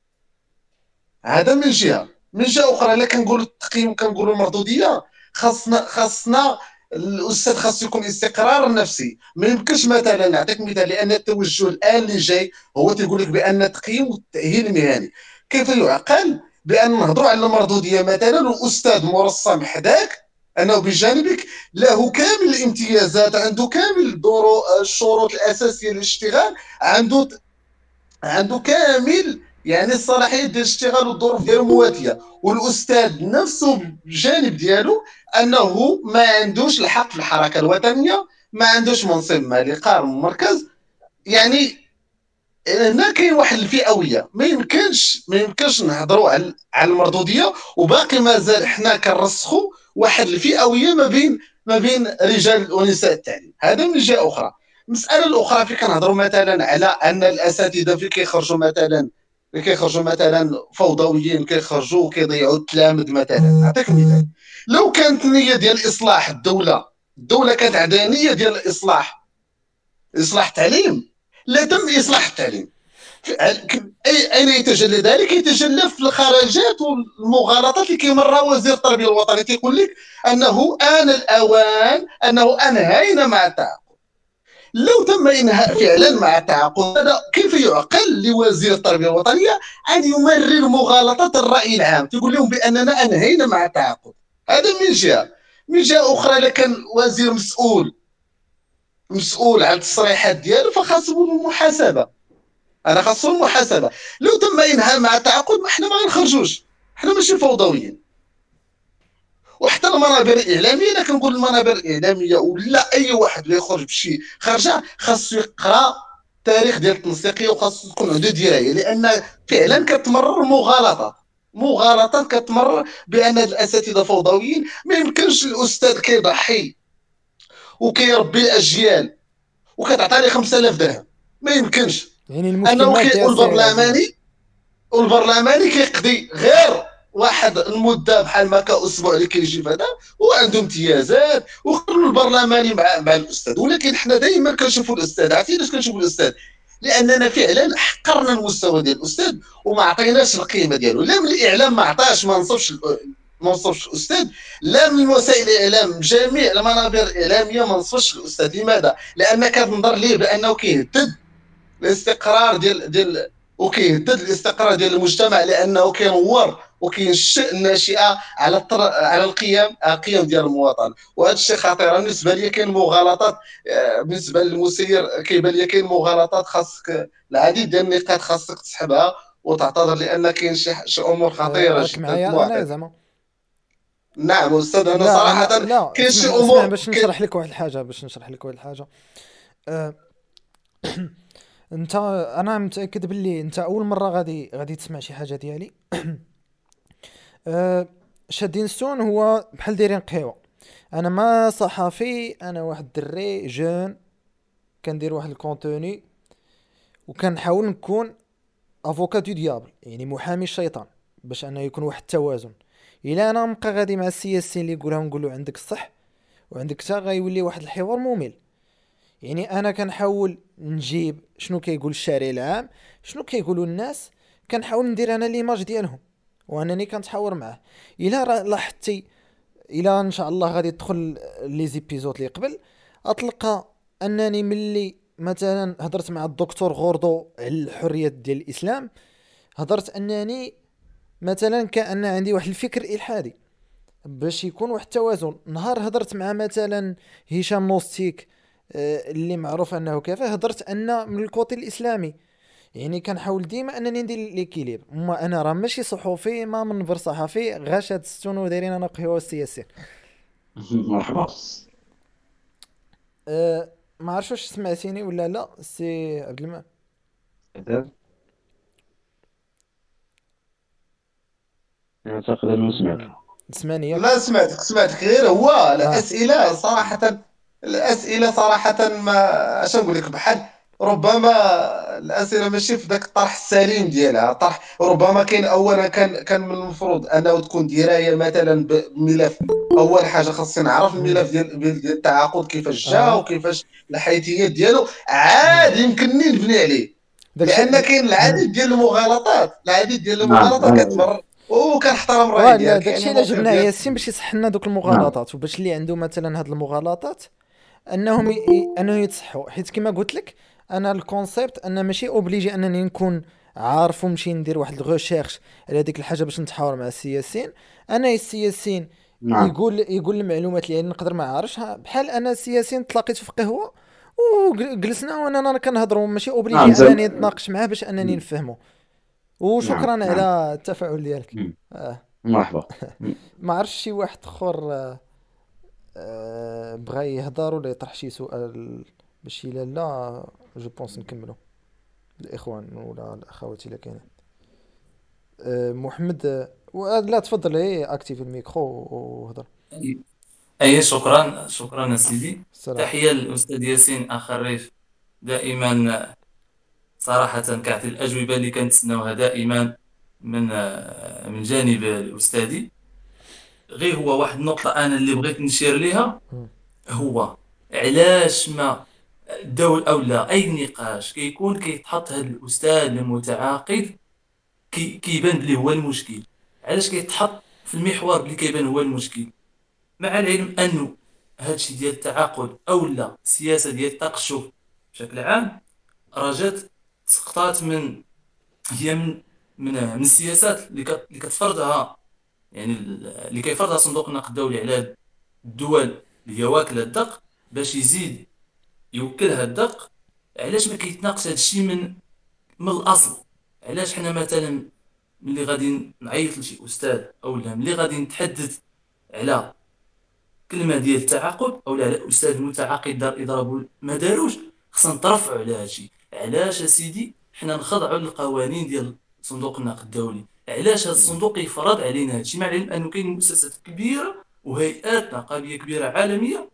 هذا من جهة. من جهة أخرى، لا كنقولوا التقييم كنقولوا المردودية، خاصنا خاصنا الأستاذ خاص يكون استقرار نفسي. ما يمكنش مثلا نعطيك مثال، لأن التوجه الآن اللي جاي هو تيقول لك بأن التقييم والتأهيل المهني، كيف يعقل بأن نهضروا على المردودية مثلا والأستاذ مرسم حداك أنه بجانبك له كامل الامتيازات، عنده كامل الدورو الشروط الأساسية للاشتغال، عنده عنده كامل يعني الصلاحيات ديال الاشتغال والظروف ديالو مواتيه، والاستاذ نفسه بالجانب ديالو انه ما عندوش الحق في الحركه الوطنيه، ما عندوش منصب مالي قائم مركز. يعني هنا كاين واحد الفئويه، ما يمكنش ما يمكنش نهضروا على على المردوديه وباقي مازال حنا كنرسخوا واحد الفئويه ما بين ما بين رجال ونساء التعليم. هذا من جهه اخرى. المساله الاخرى، في كنهضروا مثلا على ان الاساتذه في كيخرجوا مثلا في كيخرجوا مثلا فوضويين، كيخرجوا وكيضيعوا التلامذ مثلا. نعطيك مثال، لو كانت النيه ديال اصلاح الدوله الدوله كانت عندها نيه ديال الاصلاح اصلاح التعليم، لا تم اصلاح التعليم. اين يتجلى ذلك؟ يتجلى في الخرجات والمغالطات اللي كيمرها وزير التربيه الوطني، تيقول لك انه ان الاوان انه انهينا مع التعاقد. لو تم انهاء فعلا مع التعاقد، هذا كيف يعقل لوزير التربيه الوطنيه ان يمرر مغالطات الراي العام؟ تقول لهم باننا انهينا مع التعاقد. هذا من جهه. من جهه اخرى، لكن وزير مسؤول مسؤول على التصريحات ديالو فخاصه المحاسبه. انا خاصو المحاسبه. لو تم انهاء مع التعاقد، ما احنا ما غنخرجوش، احنا ماشي فوضويين. وحتى المنابر الاعلاميه، انا كنقول المنابر الاعلاميه ولا اي واحد اللي يخرج بشي خرجه خاصو يقرا التاريخ ديال التنسيقيه وخاصو تكون عنده درايه، لان فعلا كتمرر مغالطات مغالطات كتمرر بان الاساتذه فوضويين. ما يمكنش الاستاذ كيضحي وكيربي الاجيال وكتعطيني خمسة آلاف درهم، ما يمكنش. يعني انه المشكل ما كي فيها السعر عزيز. البرلماني والبرلماني كيقضي غير واحد المده بحال ما كاسبوع اللي كيجي فهذا، وعنده امتيازات، وخلوا البرلماني مع مع الاستاذ. ولكن حنا دائما كنشوفوا الاستاذ، عرفتي علاش كنشوفوا الاستاذ؟ لاننا فعلا حقرنا المستوى ديال الاستاذ وما عطيناش القيمه ديالو. لا من الاعلام ما عطاش، ما نصبش ما نصبش الاستاذ، لا من وسائل الاعلام، جميع المنابر الاعلاميه ما نصبش الاستاذ. لماذا؟ لان كتنظر ليه بانه كيهدد الاستقرار ديال ديال وكيهدد الاستقرار ديال المجتمع، لانه كينور وكينشئ الناشئه على الطر... على القيم القيم ديال المواطن. وهذا الشيء خطير. بالنسبه لي كاين مغالطات، بالنسبه للمسير كيبان لي كاين مغالطات، خاصك العديد ديال النقاط خاصك تسحبها وتعتذر، لان كاين شي شي امور آه، خطيره راك جدا. معايا انا زعما؟ نعم استاذ، انا لا صراحه انا لا، كاين شي اسمح اسمح امور باش كي... نشرح لك واحد الحاجه باش نشرح لك واحد الحاجه. أه انت، انا متاكد باللي انت اول مره غادي غادي تسمع شي حاجه ديالي. أه شادين ستون هو بحال دايرين قهوه. انا ما صحفي، انا واحد الدري جون كندير واحد الكونتوني، وكنحاول نكون افوكا دو ديابل، يعني محامي الشيطان، باش انه يكون واحد التوازن. الا انا نبقى غادي مع السياسيين اللي يقولها نقول له عندك الصح وعندك تا، غيولي واحد الحوار ممل. يعني انا كنحاول نجيب شنو كيقول الشارع العام، شنو كيقولوا الناس، كنحاول ندير انا ليماج ديالهم وانني كنتحاور معاه. الا راه لاحظتي، الا ان شاء الله غادي تدخل لي زيبيزود اللي قبل، اطلقى انني ملي مثلا هضرت مع الدكتور غوردو على الحريات ديال الاسلام، هضرت انني مثلا كان عندي واحد الفكر الحادي باش يكون واحد التوازن. نهار هضرت مع مثلا هشام نوستيك، آه، اللي معروف انه كيفاه، هضرت ان من الكوتي الاسلامي، يعني كنحاول ديما انني ندير ليكيليب. ما انا راه ماشي صحفي، ما منبر صحفي، غاش هاد الستون دايرين انا قهوه السياسيين. مرحبا. أه ما عرفتش واش سمعتيني ولا لا سي عبد الماء. إذا أعتقد أنه سمعت. مم. تسمعني ياك؟ لا سمعتك سمعتك غير هو اه الأسئلة صراحة. الأسئلة صراحة ما اش نقول لك، بحال ربما الأسئلة ماشي في ذاك الطرح السليم ديالها. طرح ربما كاين أولا، كان كان من المفروض أنه تكون دراية مثلا بملف. أول حاجة خاصني نعرف مم. الملف ديال ديال التعاقد كيفاش جا اه وكيفاش الحيثيات ديالو، مم. عاد يمكنني نبني عليه. داكشي لأن د... كاين مم. العديد ديال المغالطات، العديد ديال نعم المغالطات أنا. كتمر. وكنحترم الرأي واه لا ديالك، يعني داكشي الا الموقف جبناه ديالك. ياسين باش يصح لنا دوك نعم المغالطات، وباش اللي عنده مثلا هاد المغالطات انهم ي... ي- انه يتصحوا. حيت كما قلت لك، انا الكونسيبت انا ماشي اوبليجي انني نكون عارف ونمشي ندير واحد الغوشيرش على ديك الحاجه باش نتحاور مع السياسيين. انا السياسيين نعم يقول يقول المعلومات اللي نقدر ما عارفها. بحال انا السياسيين تلاقيت في قهوه وجلسنا وانا كنهضروا، ماشي نعم اوبليجي زم... انني نتناقش معاه باش انني نفهمه. وشكرا نعم نعم. على التفاعل ديالك. مم. آه. مرحبا. مم. ما عرفش شي واحد اخر آه، آه، بغى يهضر ولا يطرح شي سؤال باش الا لا جو بونس نكملو الاخوان ولا الاخوات الا كاينين. آه، محمد، آه، و- لا تفضل، هي اكتيف الميكرو وهضر. أي شكرا شكرا سيدي. السلام. تحية للأستاذ ياسين أخ الريف. دائما صراحة كاعطي الأجوبة اللي كنتسناوها دائما من من جانب الأستاذ. غير هو واحد النقطة أنا اللي بغيت نشير ليها، مم. هو علاش ما الدول أو لا أي نقاش كيكون كيتحط هذا الأستاذ المتعاقد كي كيبان بلي هو المشكل. علاش كيتحط في المحور اللي كيبان هو المشكل، مع العلم أنه هادشي ديال التعاقد أو لا السياسة ديال التقشف بشكل عام راه جات سقطات من هي من من من السياسات اللي كت- اللي كتفرضها، يعني ال- اللي كيفرضها صندوق النقد الدولي على الدول اللي هي واكله الدق باش يزيد يوكلها الدق. علاش ما كيتناقش هذا الشيء من من الاصل؟ علاش حنا مثلا ملي غادي نعيط لشي استاذ او لا ملي غادي نتحدث على كلمه ديال التعاقد او لا على الاستاذ المتعاقد دار اضراب ما داروش، خصنا نترفعوا على هادشي. علاش اسيدي حنا نخضعوا للقوانين ديال صندوق النقد الدولي؟ علاش هذا الصندوق يفرض علينا هادشي، مع العلم انه كاين مؤسسات كبيره وهيئات نقابيه كبيره عالميه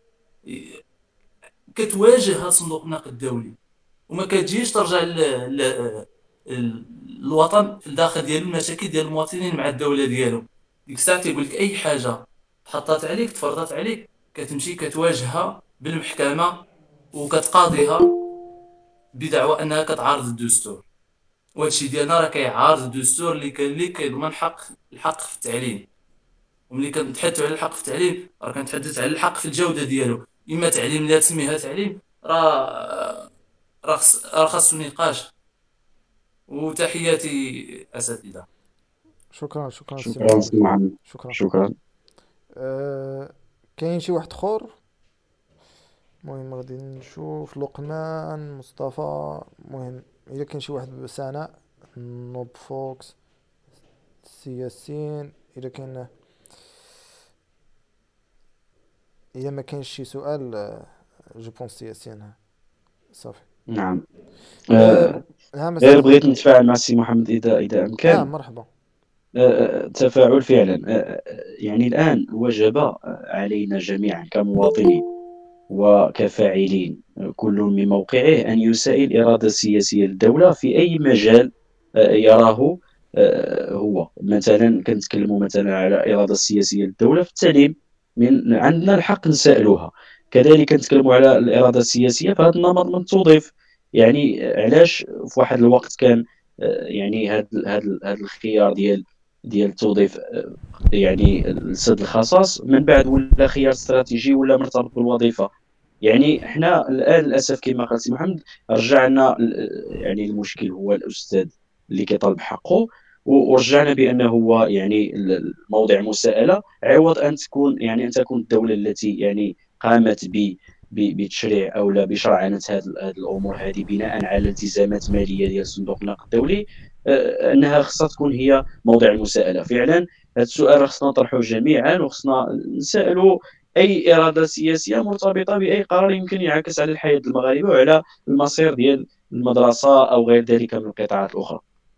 كتواجه هذا صندوق النقد الدولي وما كتجيش ترجع ل... ل... ال- الوطن في الداخل ديالو، المشاكل ديال المواطنين مع الدوله ديالو. ديك الساعه تيقول لك اي حاجه تحطات عليك تفرضات عليك كتمشي كتواجهها بالمحكمه وكتقاضيها بدعوى انها كتعارض الدستور. وهادشي ديالنا راه كيعارض الدستور اللي كان اللي كيضمن حق الحق في التعليم. وملي كنتحدثوا على الحق في التعليم راه كنتحدث على الحق في الجوده ديالو. اما تعليم لا تسميها تعليم، راه راه خص- راه خاصو نقاش. وتحياتي اساتذه. شكرا شكرا سي شكرا محمد. سي محمد. شكرا. شكرا. أه كاين شي واحد اخر؟ المهم غادي نشوف لقمان، مصطفى، المهم اذا كاين شي واحد سناء، نوب فوكس، سي ياسين، اذا كاين، اذا ما كاينش شي سؤال، آه، جو بونس سي ياسين صافي. نعم. أه آه، ها غير مساء. بغيت نتفاعل مع السي محمد إذا إذا اه أمكن. مرحبا. آه، تفاعل فعلا. آه، يعني الآن وجب آه، علينا جميعا كمواطنين وكفاعلين، آه، كل من موقعه أن يسائل الإرادة السياسية للدولة في أي مجال آه، يراه. آه، هو مثلا كنتكلموا مثلا على الإرادة السياسية للدولة في التعليم، من عندنا الحق نسائلوها. كذلك نتكلموا على الإرادة السياسية في هذا النمط من التوظيف. يعني آه، علاش في واحد الوقت كان آه، يعني هذا هذا هذا الخيار ديال ديال التوظيف آه، يعني السد الخصاص، من بعد ولا خيار استراتيجي ولا مرتبط بالوظيفه. يعني احنا الان للاسف كما قال سي محمد رجعنا ل- يعني المشكل هو الاستاذ اللي كيطالب حقه، و- ورجعنا بانه هو يعني ال- الموضع مساءله، عوض ان تكون يعني ان تكون الدوله التي يعني قامت ب ب- بتشريع او لا بشرعنه هذه الامور هذه بناء على التزامات ماليه ديال صندوق النقد الدولي، آه، انها خصها تكون هي موضع المساءله فعلا. هذا السؤال خصنا نطرحه جميعا، وخصنا نسالوا اي اراده سياسيه مرتبطه باي قرار يمكن ينعكس على الحياه المغاربه وعلى المصير ديال المدرسه او غير ذلك من القطاعات الاخرى.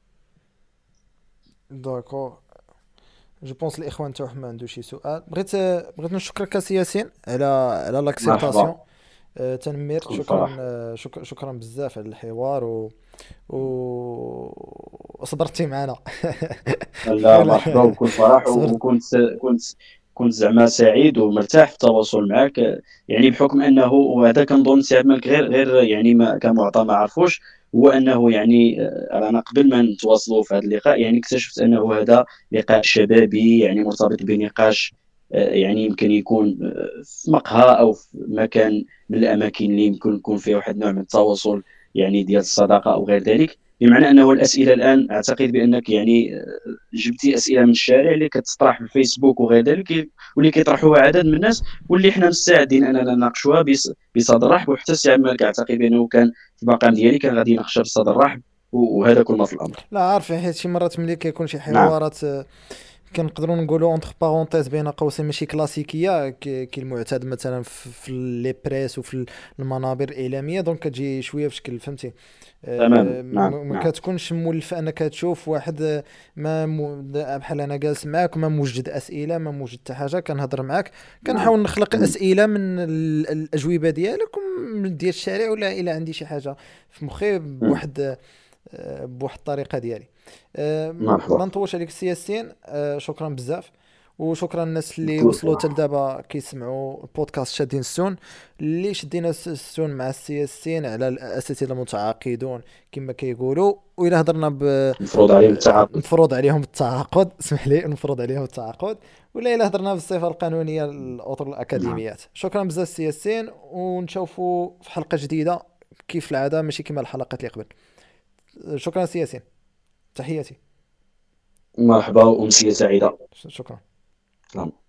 داكور. جو بونس الاخوان تاعهم ما عنده شي سؤال. بغيت بغيت نشكرك أسي ياسين على على لاكسبتاسيون. مرحبا. آه، تنمير كل شكرا. فرح. آه، شك- شكرا بزاف على الحوار و و وصبرتي معنا. لا ولا مرحبا وكل فرح، و- صبرت. وكنت كنت كنت زعما سعيد ومرتاح في التواصل معك، يعني بحكم انه، وهذا كنظن سي عبد الملك غير غير يعني ما كمعطى ما عرفوش، هو انه يعني آه، انا قبل ما نتواصلوا في هذا اللقاء يعني اكتشفت انه هذا لقاء شبابي يعني مرتبط بنقاش آه، يعني يمكن يكون آه، في مقهى او في مكان من الاماكن اللي يمكن يكون فيها واحد النوع من التواصل يعني ديال الصداقه او غير ذلك. بمعنى انه الاسئله الان اعتقد بانك يعني جبتي اسئله من الشارع اللي كتطرح في الفيسبوك وغير ذلك، واللي كيطرحوها عدد من الناس، واللي حنا مستعدين اننا نناقشوها بص- بصدر رحب. وحتى السي عبد الملك اعتقد بانه كان في المقام ديالي كان غادي يناقشها بصدر رحب، و- وهذا كل ما في الامر. لا عارف، حيت شي مرات ملي كيكون شي نعم. حوارات آه، كنقدروا نقولوا اونتر بارونتيز بين قوسين ماشي كلاسيكيه، كي كي المعتاد مثلا في في لي بريس وفي المنابر الاعلاميه، دونك كتجي شويه بشكل فهمتي. تماما. آه، نعم ما ما نعم كتكونش مولفه انك تشوف واحد آه، ما مو- د- بحال انا جالس معاك وما موجد اسئله، ما موجد حتى حاجه، كنهضر معاك نعم. كنحاول نخلق مم. اسئله من ال- الاجوبه ديالك ومن ديال الشارع، ولا الا عندي شي حاجه في مخي مم. بواحد آه، بواحد الطريقه ديالي. آه، ما مرحبا. نطولش عليك السياسيين. آه، شكرا بزاف، وشكرا الناس اللي كل وصلوا فرح. حتى لدابا كيسمعوا البودكاست شادين السون، اللي شدينا الس- السون مع السياسيين على الاساتذه المتعاقدون كما كيقولوا، والى هضرنا ب... المفروض عليهم ب... التعاقد. نفرض عليهم التعاقد. اسمح لي، نفرض عليهم التعاقد، ولا الى هضرنا بالصفه القانونيه للاطر نعم. الاكاديميات. شكرا بزاف السياسيين، ونشوفوا في حلقه جديده كيف العاده، ماشي كما الحلقات اللي قبل. شكرا سياسيين، تحياتي. مرحبا وامسيه سعيده. شكرا. سلام.